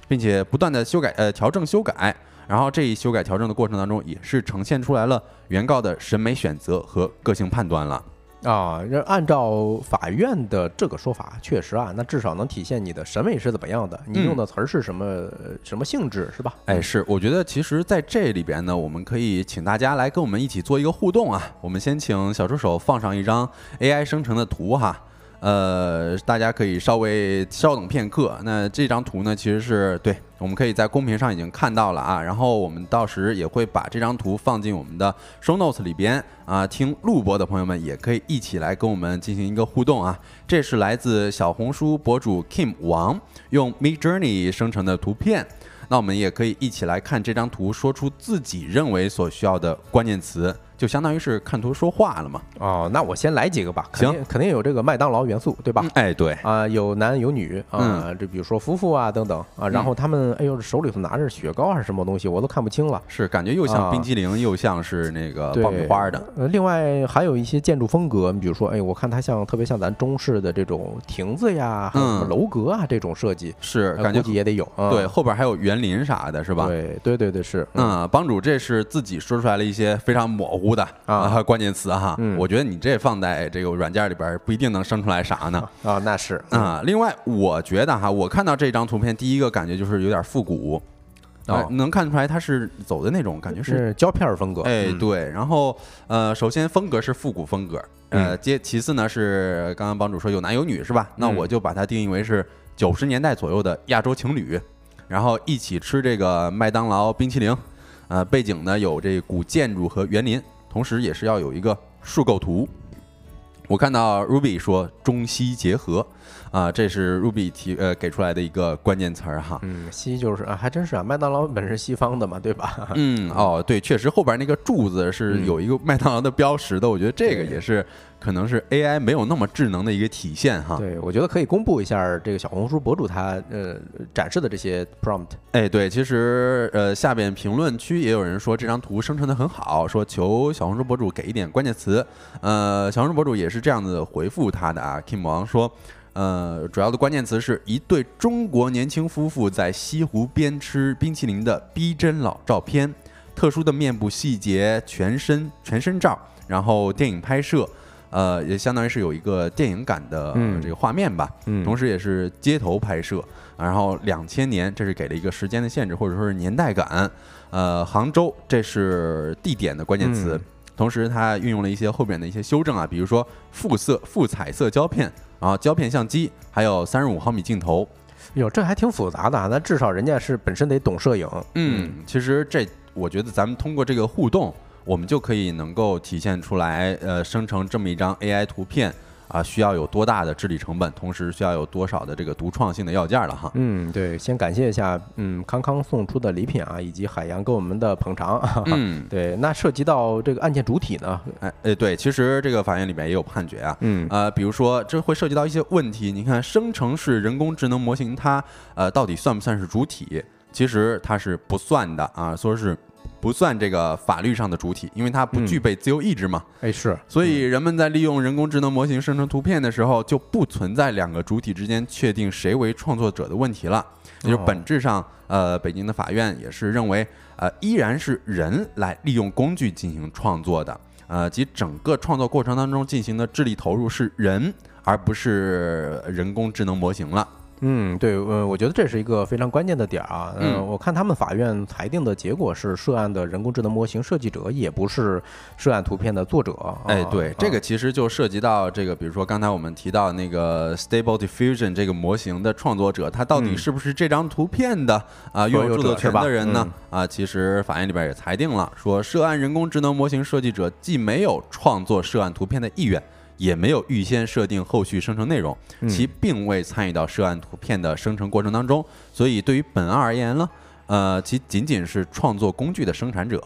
并且不断的调整修改，然后这一修改调整的过程当中，也是呈现出来了原告的审美选择和个性判断了。 按照法院的这个说法，确实那至少能体现你的审美是怎么样的，你用的词儿是什么性质，是吧？ 是，我觉得其实在这里边呢，我们可以请大家来跟我们一起做一个互动啊。我们先请小助手放上一张 AI 生成的图哈。大家可以稍等片刻。那这张图呢，其实是对，我们可以在公屏上已经看到了啊。然后我们到时也会把这张图放进我们的 show notes 里边啊。听录播的朋友们也可以一起来跟我们进行一个互动啊。这是来自小红书博主 Kim 王用 Midjourney 生成的图片。那我们也可以一起来看这张图，说出自己认为所需要的关键词。就相当于是看图说话了嘛。 那我先来几个吧。 行， 肯定有这个麦当劳元素，对吧？ 对有男有女这比如说夫妇等等然后他们手里头拿着雪糕还是什么东西，我都看不清了。 是感觉又像冰淇淋，又像是那个爆米花的。 另外还有一些建筑风格，比如说我看它特别像咱中式的这种亭子呀，还有什么楼阁这种设计， 是感觉估计也得有。 对，后边还有园林啥的，是吧？ 对是。 帮主这是自己说出来了一些非常模糊的关键词哈。我觉得你这放在这个软件里边不一定能生出来啥呢。 那是另外我觉得我看到这张图片，第一个感觉就是有点复古。能看出来它是走的那种感觉是胶片风格。 对。然后首先风格是复古风格，其次呢是刚刚帮主说有男有女是吧？那我就把它定义为是90年代左右的亚洲情侣，然后一起吃这个麦当劳冰淇淋。背景呢有这古建筑和园林，同时也是要有一个树构图。我看到 Ruby 说中西结合这是 Ruby 给出来的一个关键词儿哈。 西就是还真是麦当劳本身是西方的嘛，对吧？ 对，确实后边那个柱子是有一个麦当劳的标识的，我觉得这个也是可能是 AI 没有那么智能的一个体现哈。 对，我觉得可以公布一下这个小红书博主他展示的这些 prompt。 对，其实下边评论区也有人说这张图生成的很好，说求小红书博主给一点关键词。小红书博主也是这样子回复他的Kim 王说。主要的关键词是一对中国年轻夫妇在西湖边吃冰淇淋的逼真老照片，特殊的面部细节、全身照，然后电影拍摄，也相当于是有一个电影感的这个画面吧。同时也是街头拍摄，然后2000年，这是给了一个时间的限制或者说是年代感。杭州这是地点的关键词。同时它运用了一些后边的一些修正比如说副彩色胶片，然后胶片相机，还有35毫米镜头。 这还挺复杂的那至少人家是本身得懂摄影。 其实我觉得咱们通过这个互动，我们就可以能够体现出来，生成这么一张 AI 图片需要有多大的治理成本，同时需要有多少的这个独创性的要件了哈。 对，先感谢一下康康送出的礼品以及海洋给我们的捧场。对，那涉及到这个案件主体呢？ 对，其实这个法院里面也有判决比如说这会涉及到一些问题，你看生成式人工智能模型它到底算不算是主体？其实它是不算的说是不算这个法律上的主体，因为它不具备自由意志嘛。 是， 所以人们在利用人工智能模型生成图片的时候，就不存在两个主体之间确定谁为创作者的问题了。也就是本质上，北京的法院也是认为，依然是人来利用工具进行创作的，即整个创作过程当中进行的智力投入是人，而不是人工智能模型了。 对，我觉得这是一个非常关键的点我看他们法院裁定的结果是，涉案的人工智能模型设计者也不是涉案图片的作者。 对，这个其实就涉及到这个，比如说刚才我们提到那个 Stable Diffusion 这个模型的创作者，他到底是不是这张图片的拥有著作权的人呢？其实法院里边也裁定了，说涉案人工智能模型设计者既没有创作涉案图片的意愿，也没有预先设定后续生成内容，其并未参与到涉案图片的生成过程当中，所以对于本案而言呢，其仅仅是创作工具的生产者。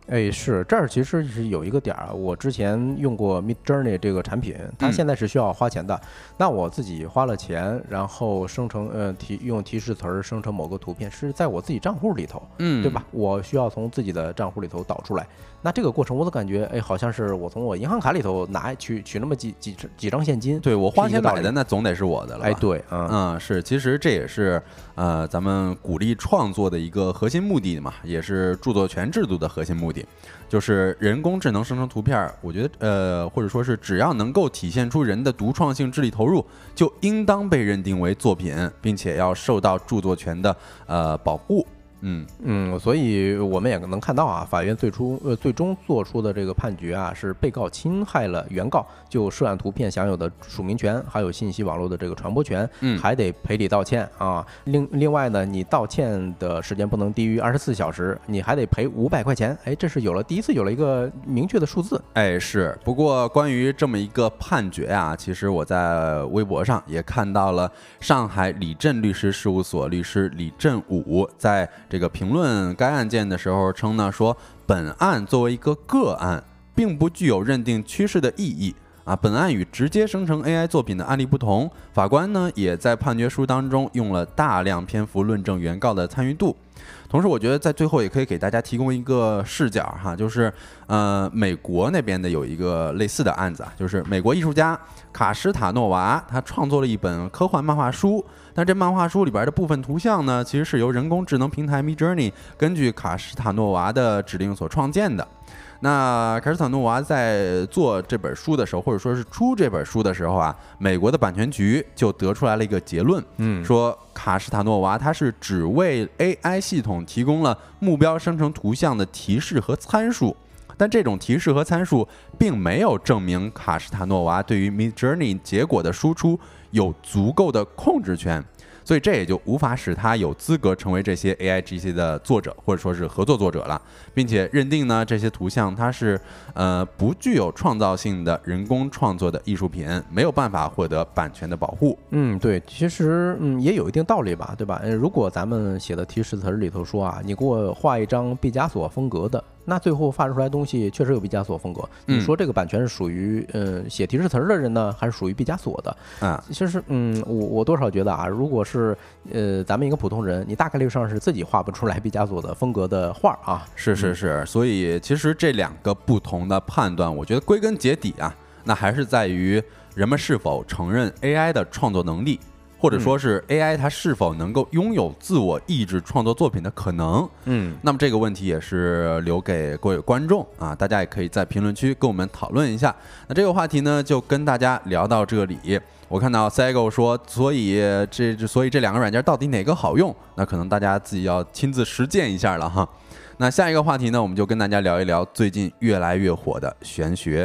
哎，是这儿其实是有一个点儿，我之前用过 Midjourney 这个产品，它现在是需要花钱的。那我自己花了钱，然后生成用提示词儿生成某个图片，是在我自己账户里头，对吧？我需要从自己的账户里头导出来。那这个过程我都感觉，哎，好像是我从我银行卡里头取那么几张现金， 对我花钱买的，那总得是我的了吧？ 哎，对， 是，其实这也是咱们鼓励创作的一个核心目的嘛，也是著作权制度的核心目的，就是人工智能生成图片，我觉得或者说是只要能够体现出人的独创性、智力投入，就应当被认定为作品，并且要受到著作权的保护。 所以我们也能看到啊，法院最终做出的这个判决啊，是被告侵害了原告就涉案图片享有的署名权，还有信息网络的这个传播权，还得赔礼道歉啊。另外呢，你道歉的时间不能低于24小时，你还得赔500块钱。哎，这是第一次有了一个明确的数字。 哎，是。不过关于这么一个判决啊，其实我在微博上也看到了上海李振律师事务所律师李振武在这个评论该案件的时候称呢，说本案作为一个个案，并不具有认定趋势的意义啊。本案与直接生成 AI 作品的案例不同，法官呢也在判决书当中用了大量篇幅论证原告的参与度。同时，我觉得在最后也可以给大家提供一个视角哈，就是美国那边的有一个类似的案子啊，就是美国艺术家卡什塔诺娃他创作了一本科幻漫画书。但这漫画书里边的部分图像呢，其实是由人工智能平台 Midjourney 根据卡什塔诺娃的指令所创建的。那卡什塔诺娃在做这本书的时候，或者说是出这本书的时候啊，美国的版权局就得出来了一个结论，说卡什塔诺娃它是只为 AI 系统提供了目标生成图像的提示和参数，但这种提示和参数并没有证明卡什塔诺娃对于 Midjourney 结果的输出有足够的控制权，所以这也就无法使他有资格成为这些 AIGC 的作者或者说是合作作者了，并且认定呢这些图像它是不具有创造性的人工创作的艺术品，没有办法获得版权的保护。 对，其实也有一定道理吧，对吧？如果咱们写的提示词里头说啊，你给我画一张毕加索风格的，那最后发出来的东西确实有毕加索风格，你说这个版权是属于写提示词的人呢，还是属于毕加索的啊？其实我多少觉得啊，如果是咱们一个普通人，你大概率上是自己画不出来毕加索的风格的画啊。 是，所以其实这两个不同的判断，我觉得归根结底啊，那还是在于人们是否承认 AI 的创作能力，或者说是 AI 它是否能够拥有自我意志创作作品的可能。那么这个问题也是留给各位观众啊，大家也可以在评论区跟我们讨论一下。那这个话题呢，就跟大家聊到这里。我看到 Sego 说，所以这两个软件到底哪个好用？那可能大家自己要亲自实践一下了哈。那下一个话题呢，我们就跟大家聊一聊最近越来越火的玄学。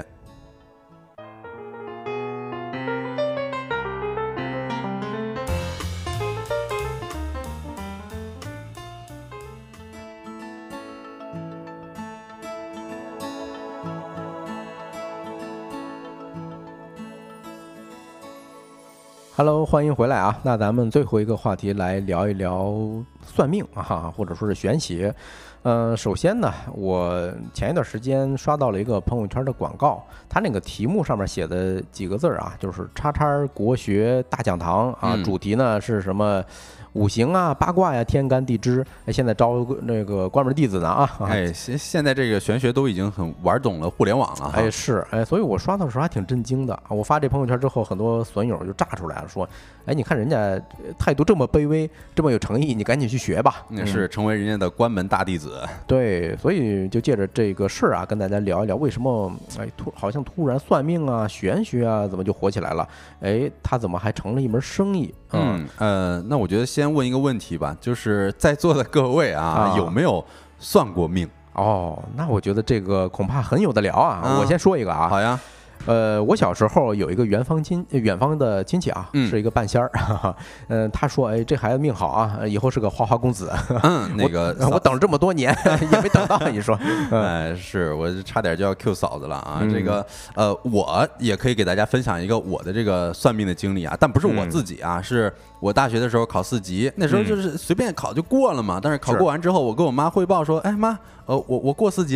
Hello， 欢迎回来啊！那咱们最后一个话题来聊一聊算命啊，或者说是玄学。首先呢，我前一段时间刷到了一个朋友圈的广告，它那个题目上面写的几个字啊，就是“叉叉国学大讲堂”啊，主题呢是什么？五行啊、八卦呀、天干地支，现在招那个关门弟子呢啊！ 现在这个玄学都已经很玩懂了互联网了。 所以我刷到的时候还挺震惊的。我发这朋友圈之后，很多损友就炸出来了，说：“你看人家态度这么卑微，这么有诚意，你赶紧去学吧。” 是成为人家的关门大弟子。 对，所以就借着这个事儿啊，跟大家聊一聊为什么好像突然算命啊、玄学啊，怎么就火起来了？它怎么还成了一门生意？ 那我觉得先问一个问题吧，就是在座的各位啊，有没有算过命？ 那我觉得这个恐怕很有的聊啊。我先说一个啊。 好呀。 我小时候有一个远方的亲戚啊，是一个半仙儿，他说，这孩子命好啊，以后是个花花公子。我等了这么多年也没等到，你说？ 是我差点就要 Q 嫂子了啊。这个我也可以给大家分享一个我的这个算命的经历啊，但不是我自己啊，是我大学的时候考4级，那时候就是随便考就过了嘛。但是考过完之后，我跟我妈汇报说，妈，我过4级了。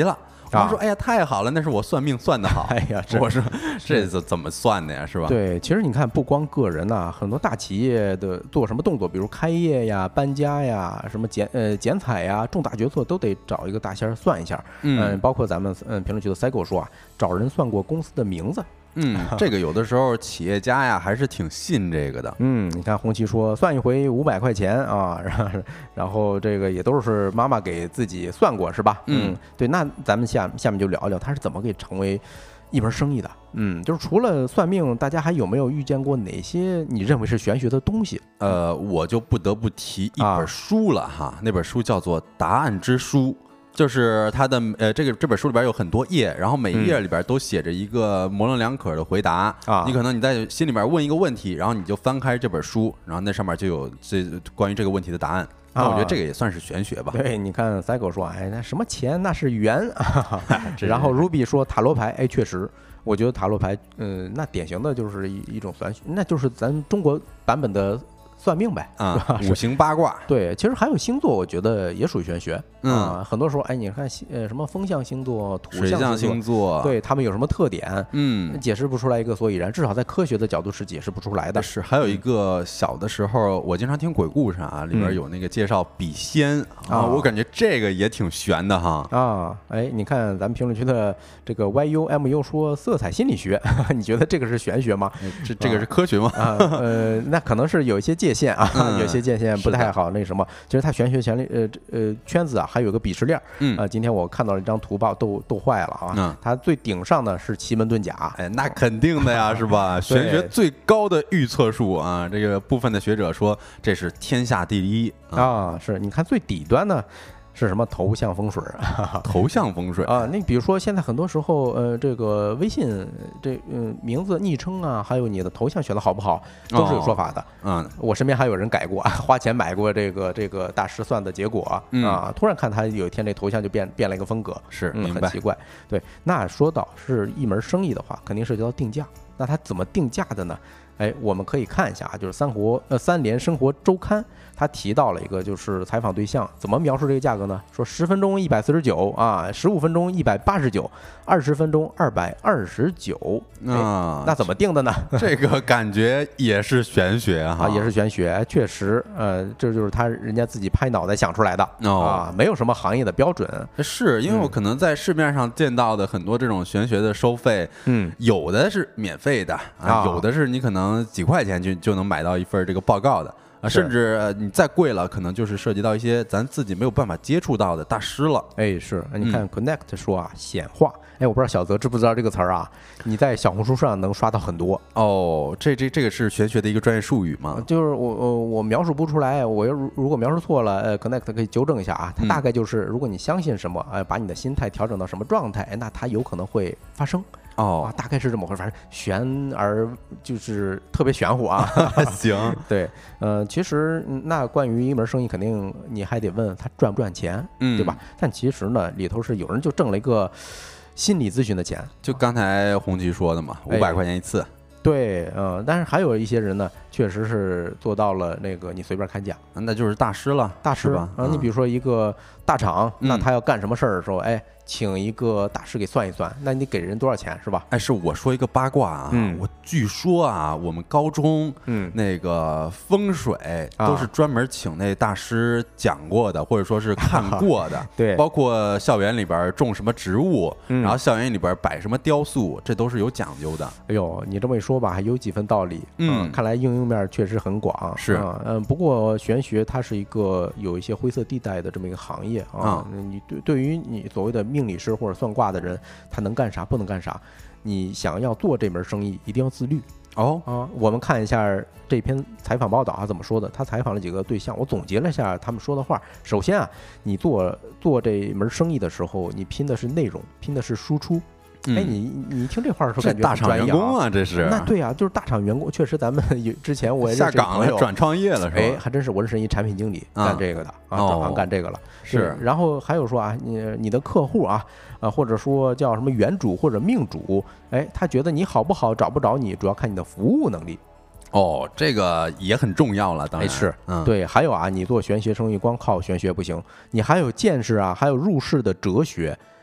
他说：“哎呀，太好了，那是我算命算得好。” 哎呀， 我说这怎么算的呀？是吧？ 对，其实你看，不光个人呐，很多大企业的做什么动作，比如开业呀、搬家呀、什么剪彩呀、重大决策，都得找一个大仙算一下。包括咱们评论区的 Cycle 说啊，找人算过公司的名字。 这个有的时候企业家呀还是挺信这个的。 你看红旗说算一回500块钱啊，然后这个也都是妈妈给自己算过是吧？对，那咱们下面就聊一聊他是怎么给成为一门生意的。就是除了算命，大家还有没有遇见过哪些你认为是玄学的东西？ 我就不得不提一本书了哈，那本书叫做《答案之书》。就是它的这本书里边有很多页，然后每一页里边都写着一个模棱两可的回答啊。你可能你在心里边问一个问题，然后你就翻开这本书，然后那上面就有关于这个问题的答案。那我觉得这个也算是玄学吧。 对，你看 Cycle 说，哎，那什么钱那是缘啊。然后 Ruby 说塔罗牌，哎，确实，我觉得塔罗牌，那典型的就是一种玄学，那就是咱中国版本的算命呗， 五行八卦。 对，其实还有星座，我觉得也属于玄学。很多时候，哎，你看什么风象星座、土象星座， 对他们有什么特点？解释不出来一个所以然，至少在科学的角度是解释不出来的。 是，还有一个小的时候，我经常听鬼故事啊，里边有那个介绍笔仙我感觉这个也挺玄的哈。 哎，你看咱们评论区的这个 YUMU 说色彩心理学，你觉得这个是玄学吗？ 这个是科学吗？ 那可能是有一些界限啊，有些界限不太好那什么。其实它玄学圈子啊，还有个鄙视链。今天我看到了一张图，把我逗坏了啊。它最顶上的是奇门遁甲， 哎，那肯定的呀，是吧？玄学最高的预测术啊，这个部分的学者说这是天下第一啊。是，你看最底端呢是什么头像风水？ 头像风水啊，那比如说现在很多时候，这个微信名字、昵称啊，还有你的头像选的好不好，都是有说法的。我身边还有人改过，花钱买过这个大师算的结果啊。突然看他有一天这头像就变了一个风格， 是很奇怪。对，那说到是一门生意的话，肯定涉及到定价。那他怎么定价的呢？哎，我们可以看一下啊，就是三联生活周刊，他提到了一个就是采访对象怎么描述这个价格呢？说10分钟149啊，15分钟189，20分钟229啊。那怎么定的呢？ 这个感觉也是玄学哈， 也是玄学，确实，这就是人家自己拍脑袋想出来的啊，没有什么行业的标准。 是因为我可能在市面上见到的很多这种玄学的收费，有的是免费的啊，有的是你可能几块钱就能买到一份这个报告的啊，甚至你再贵了，可能就是涉及到一些咱自己没有办法接触到的大师了。 哎，是，你看 Connect 说啊，显化，哎，我不知道小泽知不知道这个词儿啊？你在小红书上能刷到很多哦。这个是玄学的一个专业术语吗？ 就是我描述不出来，我如果描述错了，Connect 可以纠正一下啊。它大概就是，如果你相信什么，把你的心态调整到什么状态，那它有可能会发生。大概是这么回事，反正玄而就是特别玄乎啊。 行， 对，其实那关于一门生意，肯定你还得问他赚不赚钱，对吧？但其实呢，里头是有人就挣了一个心理咨询的钱， 就刚才红旗说的嘛，500块钱一次。 对，但是还有一些人呢，确实是做到了那个你随便看价， 那就是大师了， 大师吧？ 你比如说一个大厂，那他要干什么事儿的时候，哎，请一个大师给算一算，那你给人多少钱是吧？ 哎，是我说一个八卦啊，我据说啊，我们高中那个风水都是专门请那大师讲过的，或者说是看过的， 对， 包括校园里边种什么植物，然后校园里边摆什么雕塑，这都是有讲究的。 哎呦，你这么一说吧，还有几分道理。看来应用面确实很广。 是， 不过玄学它是一个有一些灰色地带的这么一个行业啊。你对于你所谓的命理师或者算卦的人，他能干啥不能干啥，你想要做这门生意，一定要自律。我们看一下这篇采访报道他怎么说的。他采访了几个对象，我总结了一下他们说的话。首先啊，你做这门生意的时候，你拼的是内容，拼的是输出。哎，你听这话的时候感觉大厂员工啊，这是。 那对啊，就是大厂员工。确实，咱们之前我也下岗了，转创业了，是吧？ 哎，还真是，我认识一产品经理干这个的转行干这个了。 是。 然后还有说啊，你的客户啊，或者说叫什么原主或者命主，哎，他觉得你好不好，找不着你，主要看你的服务能力。 这个也很重要了，当然是。对，还有啊，你做玄学生意光靠玄学不行，你还有见识啊，还有入世的哲学。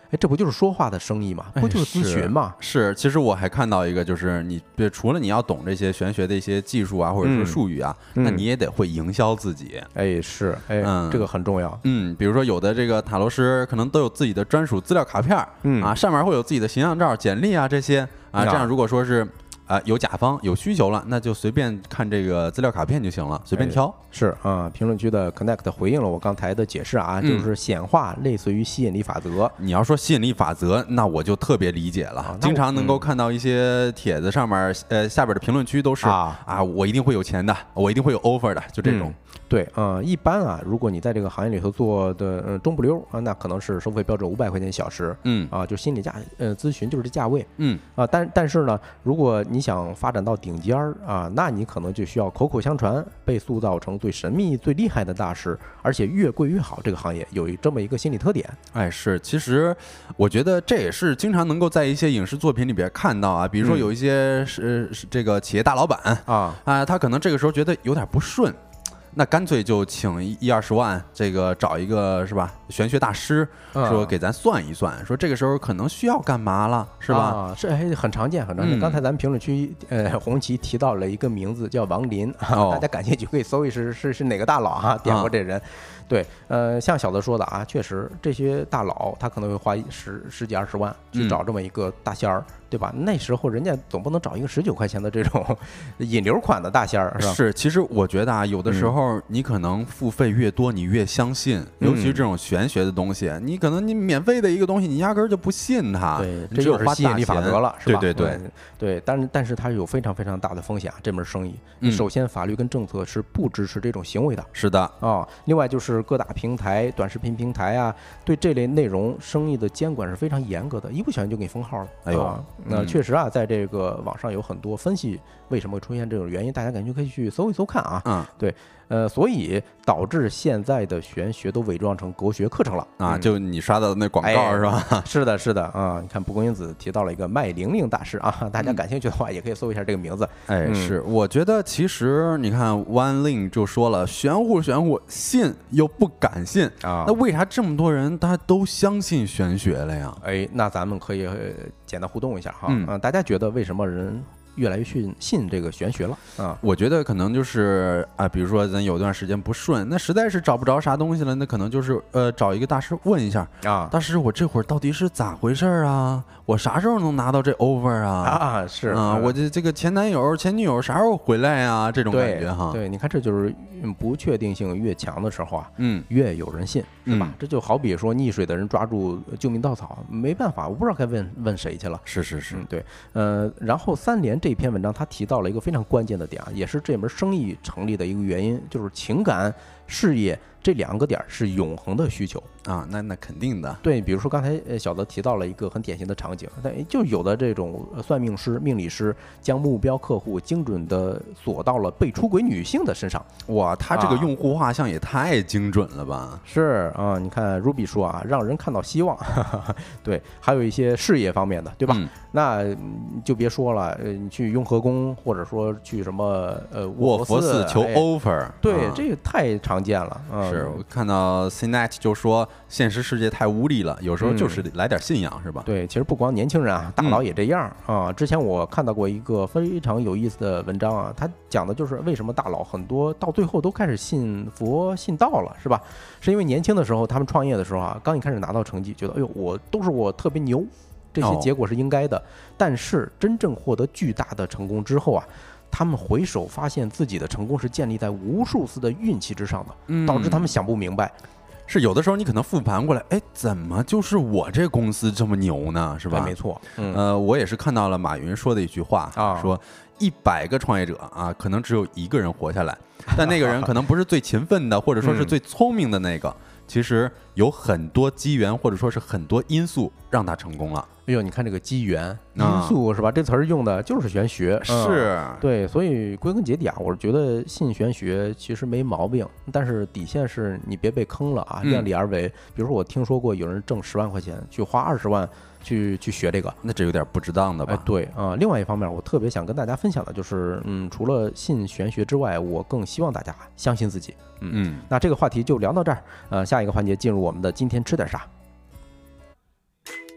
哎，这不就是说话的生意吗？不就是咨询吗？ 是，其实我还看到一个，就是你除了你要懂这些玄学的一些技术啊，或者说术语啊，那你也得会营销自己。 哎，是，哎，这个很重要。 比如说有的这个塔罗师可能都有自己的专属资料卡片，上面会有自己的形象照、简历啊这些啊，这样如果说是。有甲方有需求了，那就随便看这个资料卡片就行了，随便挑。 是啊，评论区的 Connect 回应了我刚才的解释啊，就是显化类似于吸引力法则。 你要说吸引力法则，那我就特别理解了。经常能够看到一些帖子上面，下边的评论区都是我一定会有钱的，我一定会有 offer 的，就这种。 对，一般啊，如果你在这个行业里头做的中不溜啊，那可能是收费标准500块钱一小时，就心理咨询就是这价位，但是呢，如果你想发展到顶尖儿啊，那你可能就需要口口相传，被塑造成最神秘、最厉害的大师，而且越贵越好。这个行业有这么一个心理特点。 哎，是，其实我觉得这也是经常能够在一些影视作品里边看到啊，比如说有一些这个企业大老板他可能这个时候觉得有点不顺。那干脆就请10-20万，这个找一个是吧玄学大师，说给咱算一算，说这个时候可能需要干嘛了，是吧？ 是，很常见，很常见。刚才咱们评论区红旗提到了一个名字叫王林，大家感兴趣可以搜一试，是哪个大佬啊？点过这人。对，像小的说的啊，确实这些大佬他可能会花十几20万去找这么一个大仙儿，对吧？那时候人家总不能找一个19块钱的这种引流款的大仙儿，是吧？ 是，其实我觉得啊，有的时候你可能付费越多，你越相信，尤其是这种玄学的东西，你可能你免费的一个东西，你压根儿就不信它， 对，这就是吸引力法则了，是吧？ 对， 但是它有非常非常大的风险啊，这门生意。首先，法律跟政策是不支持这种行为的。 是的另外就是各大平台、短视频平台啊，对这类内容生意的监管是非常严格的，一不小心就给你封号了。 哎呦， 那确实啊，在这个网上有很多分析为什么会出现这种原因，大家感觉可以去搜一搜看啊。对。所以导致现在的玄学都伪装成国学课程了啊！就你刷到的那广告是吧？ 是的啊！你看蒲公英子提到了一个麦玲玲大师啊，大家感兴趣的话也可以搜一下这个名字。 是，我觉得其实你看 One Lin 就说了，玄乎，信又不敢信啊，那为啥这么多人他都相信玄学了呀？ 那咱们可以简单互动一下哈。大家觉得为什么人越来越信这个玄学了啊？ 我觉得可能就是比如说咱有段时间不顺，那实在是找不着啥东西了，那可能就是找一个大师问一下啊，大师我这会儿到底是咋回事啊？我啥时候能拿到这 offer 啊？ 是啊，我这个前男友前女友啥时候回来呀？这种感觉哈。 对，你看这就是不确定性越强的时候啊，越有人信，是吧？这就好比说溺水的人抓住救命稻草，没办法，我不知道该问谁去了。 是， 对，然后3联这篇文章他提到了一个非常关键的点啊，也是这门生意成立的一个原因，就是情感、事业这2个点是永恒的需求啊。那肯定的。 对，比如说刚才小泽提到了一个很典型的场景，就有的这种算命师、命理师将目标客户精准的锁到了被出轨女性的身上。 哇，他这个用户画像也太精准了吧？ 是啊，你看 Ruby 说啊，让人看到希望。对，还有一些事业方面的，对吧？那就别说了，你去雍和宫，或者说去什么卧佛寺求 offer， 对，这个太常见了。 是我看到 CNET 就说现实世界太无力了，有时候就是来点信仰，是吧？ 对，其实不光年轻人啊，大佬也这样啊。之前我看到过一个非常有意思的文章啊，他讲的就是为什么大佬很多到最后都开始信佛信道了，是吧？是因为年轻的时候他们创业的时候啊，刚一开始拿到成绩，觉得哎呦我特别牛，这些结果是应该的。但是真正获得巨大的成功之后啊，他们回首发现自己的成功是建立在无数次的运气之上的，导致他们想不明白。 是有的时候你可能复盘过来，怎么就是我这公司这么牛呢？是吧？ 没错。 我也是看到了马云说的一句话啊，说100个创业者啊，可能只有1个人活下来，但那个人可能不是最勤奋的，或者说是最聪明的那个。其实有很多机缘，或者说是很多因素让他成功了。 哎呦，你看这个机缘因素是吧？这词儿用的就是玄学， 是对，所以归根结底啊，我是觉得信玄学其实没毛病，但是底线是你别被坑了啊，量力而为。比如说我听说过有人挣10万块钱去花20万去学这个， 那这有点不值当的吧？ 对啊。另外一方面，我特别想跟大家分享的就是，除了信玄学之外，我更希望大家相信自己。那这个话题就聊到这儿。下一个环节进入我们的今天吃点啥。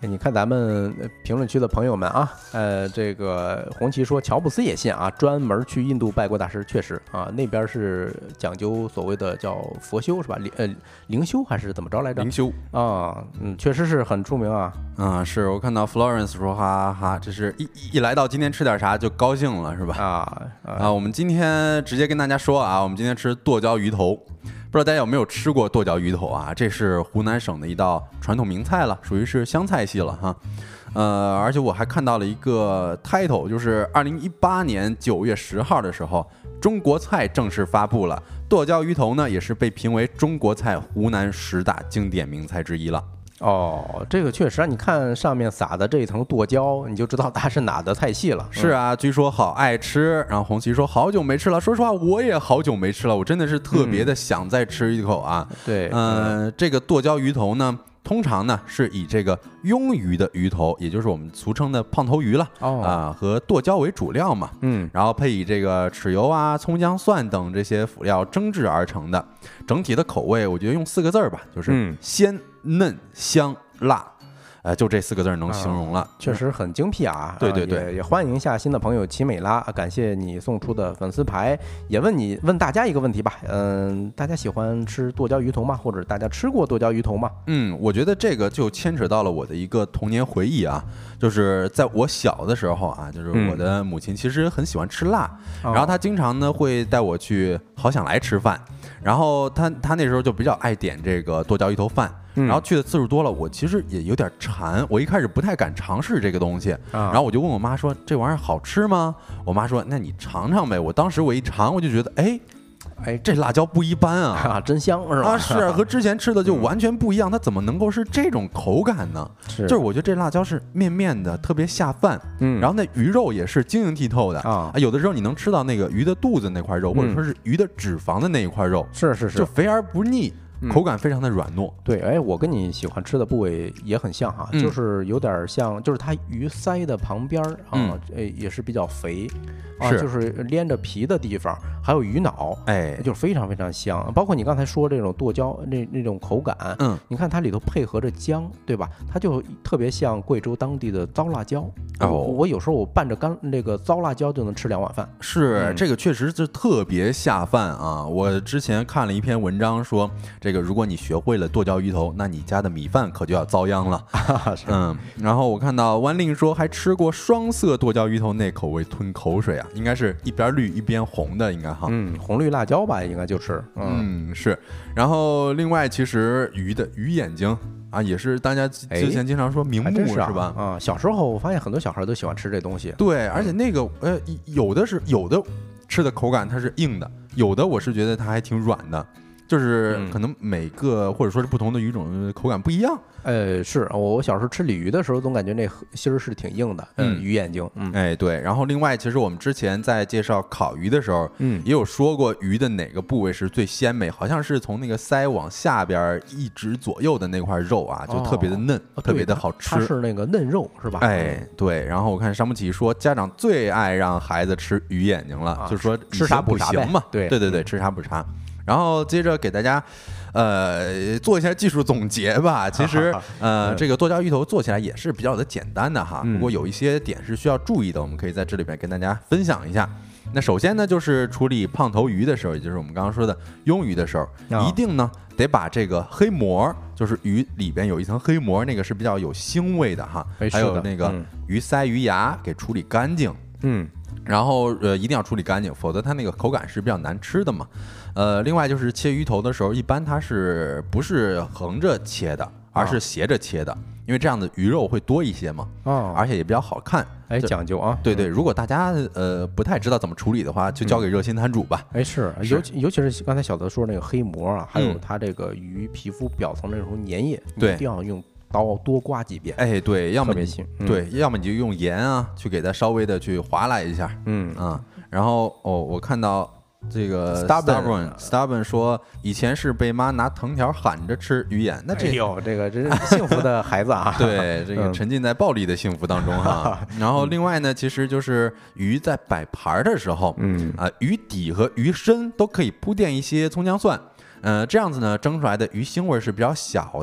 你看咱们评论区的朋友们啊，这个红旗说乔布斯也信啊，专门去印度拜过大师，确实啊，那边是讲究所谓的叫佛修是吧？灵修还是怎么着来着？ 灵修啊，确实是很出名啊。 是我看到 Florence 说哈哈，这是一来到今天吃点啥就高兴了是吧？我们今天直接跟大家说啊，我们今天吃剁椒鱼头。不知道大家有没有吃过剁椒鱼头啊？这是湖南省的一道传统名菜了，属于是湘菜系了哈。而且我还看到了一个 title， 就是2018年9月10号的时候，中国菜正式发布了，剁椒鱼头呢也是被评为中国菜湖南10大经典名菜之一了。 这个确实啊，你看上面撒的这一层剁椒，你就知道它是哪的菜系了。 是啊，据说好爱吃。然后红旗说好久没吃了，说实话我也好久没吃了，我真的是特别的想再吃一口啊。 对， 这个剁椒鱼头呢，通常呢是以这个鳙鱼的鱼头，也就是我们俗称的胖头鱼了和剁椒为主料嘛，然后配以这个豉油啊、葱姜蒜等这些辅料蒸制而成的。整体的口味，我觉得用4个字吧，就是鲜嫩香辣。就这4个字能形容了， 确实很精辟啊！ 对对对， 也欢迎一下新的朋友奇美拉，感谢你送出的粉丝牌。也问大家一个问题吧，大家喜欢吃剁椒鱼头吗？或者大家吃过剁椒鱼头吗？ 我觉得这个就牵扯到了我的一个童年回忆啊，就是在我小的时候啊，就是我的母亲其实很喜欢吃辣，然后她经常呢会带我去好想来吃饭，然后她那时候就比较爱点这个剁椒鱼头饭。然后去的次数多了，我其实也有点馋，我一开始不太敢尝试这个东西，然后我就问我妈说这玩意儿好吃吗？我妈说那你尝尝呗。我当时我一尝，我就觉得这辣椒不一般啊， 真香是吧？ 是和之前吃的就完全不一样，它怎么能够是这种口感呢？就是我觉得这辣椒是面面的，特别下饭，然后那鱼肉也是晶莹剔透的有的时候你能吃到那个鱼的肚子那块肉，或者说是鱼的脂肪的那一块肉， 是就肥而不腻。口感非常的软糯。 对，我跟你喜欢吃的部位也很像哈，就是有点像，就是它鱼鳃的旁边也是比较肥就是连着皮的地方，还有鱼脑，就是非常非常香。包括你刚才说这种剁椒那种口感，你看它里头配合着姜，对吧？它就特别像贵州当地的糟辣椒。我有时候我拌着那个糟辣椒就能吃2碗饭。 是，这个确实是特别下饭啊！我之前看了一篇文章说，这个如果你学会了剁椒鱼头，那你家的米饭可就要遭殃了。然后我看到湾令说还吃过双色剁椒鱼头，那口味吞口水啊！应该是一边绿一边红的，应该哈。 红绿辣椒吧，应该就是。 是。然后另外，其实鱼的鱼眼睛啊，也是大家之前经常说明目是吧？ 小时候我发现很多小孩都喜欢吃这东西。 对，而且那个有的吃的口感它是硬的，有的我是觉得它还挺软的。就是可能每个或者说是不同的鱼种口感不一样。 是我小时候吃鲤鱼的时候，总感觉那芯儿是挺硬的。鱼眼睛。 对。然后另外，其实我们之前在介绍烤鱼的时候，也有说过鱼的哪个部位是最鲜美，好像是从那个腮往下边一直左右的那块肉啊，就特别的嫩，特别的好吃。 它是那个嫩肉是吧？ 对。然后我看沙木奇说，家长最爱让孩子吃鱼眼睛了，就说吃啥补啥行嘛。对，吃啥补啥。然后接着给大家，做一下技术总结吧。其实，这个剁椒鱼头做起来也是比较的简单的哈。不过有一些点是需要注意的，我们可以在这里边跟大家分享一下。那首先呢，就是处理胖头鱼的时候，也就是我们刚刚说的鳙鱼的时候，一定呢得把这个黑膜，就是鱼里边有一层黑膜，那个是比较有腥味的哈。还有那个鱼鳃、鱼牙给处理干净。然后一定要处理干净，否则它那个口感是比较难吃的嘛。另外就是切鱼头的时候，一般它是不是横着切的，而是斜着切的，因为这样的鱼肉会多一些嘛。而且也比较好看。 讲究啊。 对，如果大家不太知道怎么处理的话，就交给热心摊主吧。 是，尤其是刚才小德说那个黑膜啊，还有它这个鱼皮肤表层那种粘液，一定要用刀多刮几遍。 对，要么要么你就用盐啊，去给它稍微的去划拉一下。然后我看到这个 stubborn 说，以前是被妈拿藤条喊着吃鱼眼，那这个真是幸福的孩子啊。 对，这个沉浸在暴力的幸福当中哈。然后另外呢，其实就是鱼在摆盘的时候，鱼底和鱼身都可以铺垫一些葱姜蒜。这样子呢，蒸出来的鱼腥味是比较小的，同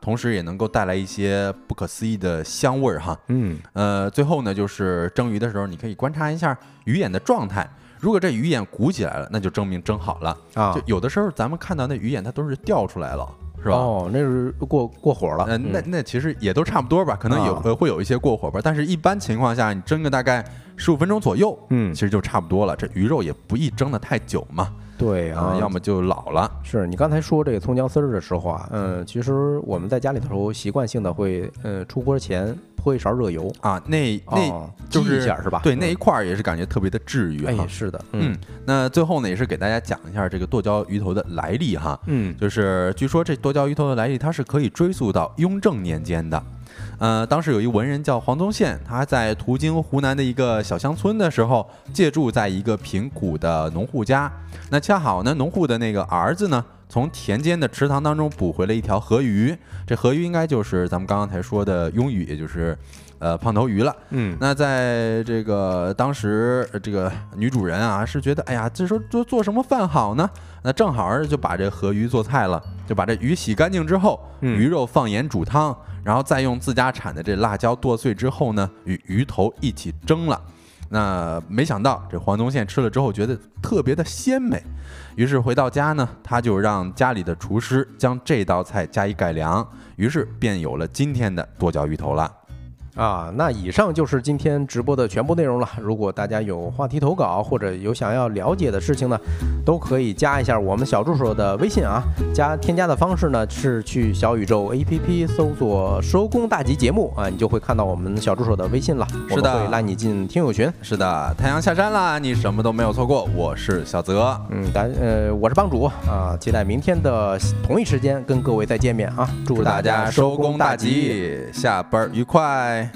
同时也能够带来一些不可思议的香味儿哈。最后呢，就是蒸鱼的时候，你可以观察一下鱼眼的状态。如果这鱼眼鼓起来了，那就证明蒸好了啊。就有的时候咱们看到那鱼眼它都是掉出来了，是吧？ 哦，那是过火了。 那其实也都差不多吧，可能会有一些过火吧，但是一般情况下，你蒸个大概15分钟左右，其实就差不多了。这鱼肉也不宜蒸得太久嘛。 对啊， 要么就老了。 是你刚才说这个葱姜丝儿的时候啊，其实我们在家里头习惯性的会，出锅前泼一勺热油啊，那就是激一下是吧？ 对，那一块儿也是感觉特别的治愈哈。 是的， 那最后呢，也是给大家讲一下这个剁椒鱼头的来历哈。就是据说这剁椒鱼头的来历，它是可以追溯到雍正年间的。当时有一文人叫黄宗宪，他在途经湖南的一个小乡村的时候，借住在一个贫苦的农户家。那恰好呢，农户的那个儿子呢，从田间的池塘当中捕回了一条河鱼。这河鱼应该就是咱们刚刚才说的鳙鱼，也就是胖头鱼了。那在这个当时这个女主人啊，是觉得哎呀，这时候做什么饭好呢？那正好就把这河鱼做菜了，就把这鱼洗干净之后，鱼肉放盐煮汤，然后再用自家产的这辣椒剁碎之后呢，与鱼头一起蒸了。那没想到这黄宗宪吃了之后觉得特别的鲜美，于是回到家呢，他就让家里的厨师将这道菜加以改良，于是便有了今天的剁椒鱼头了。 那以上就是今天直播的全部内容了。如果大家有话题投稿或者有想要了解的事情呢，都可以加一下我们小助手的微信啊。添加的方式呢是去小宇宙 APP 搜索收工大吉节目啊，你就会看到我们小助手的微信了。 是的， 我们会拉你进听友群。 是的，太阳下山了，你什么都没有错过。我是小泽， 我是帮主啊，期待明天的同一时间跟各位再见面啊！祝大家收工大吉， 下班愉快。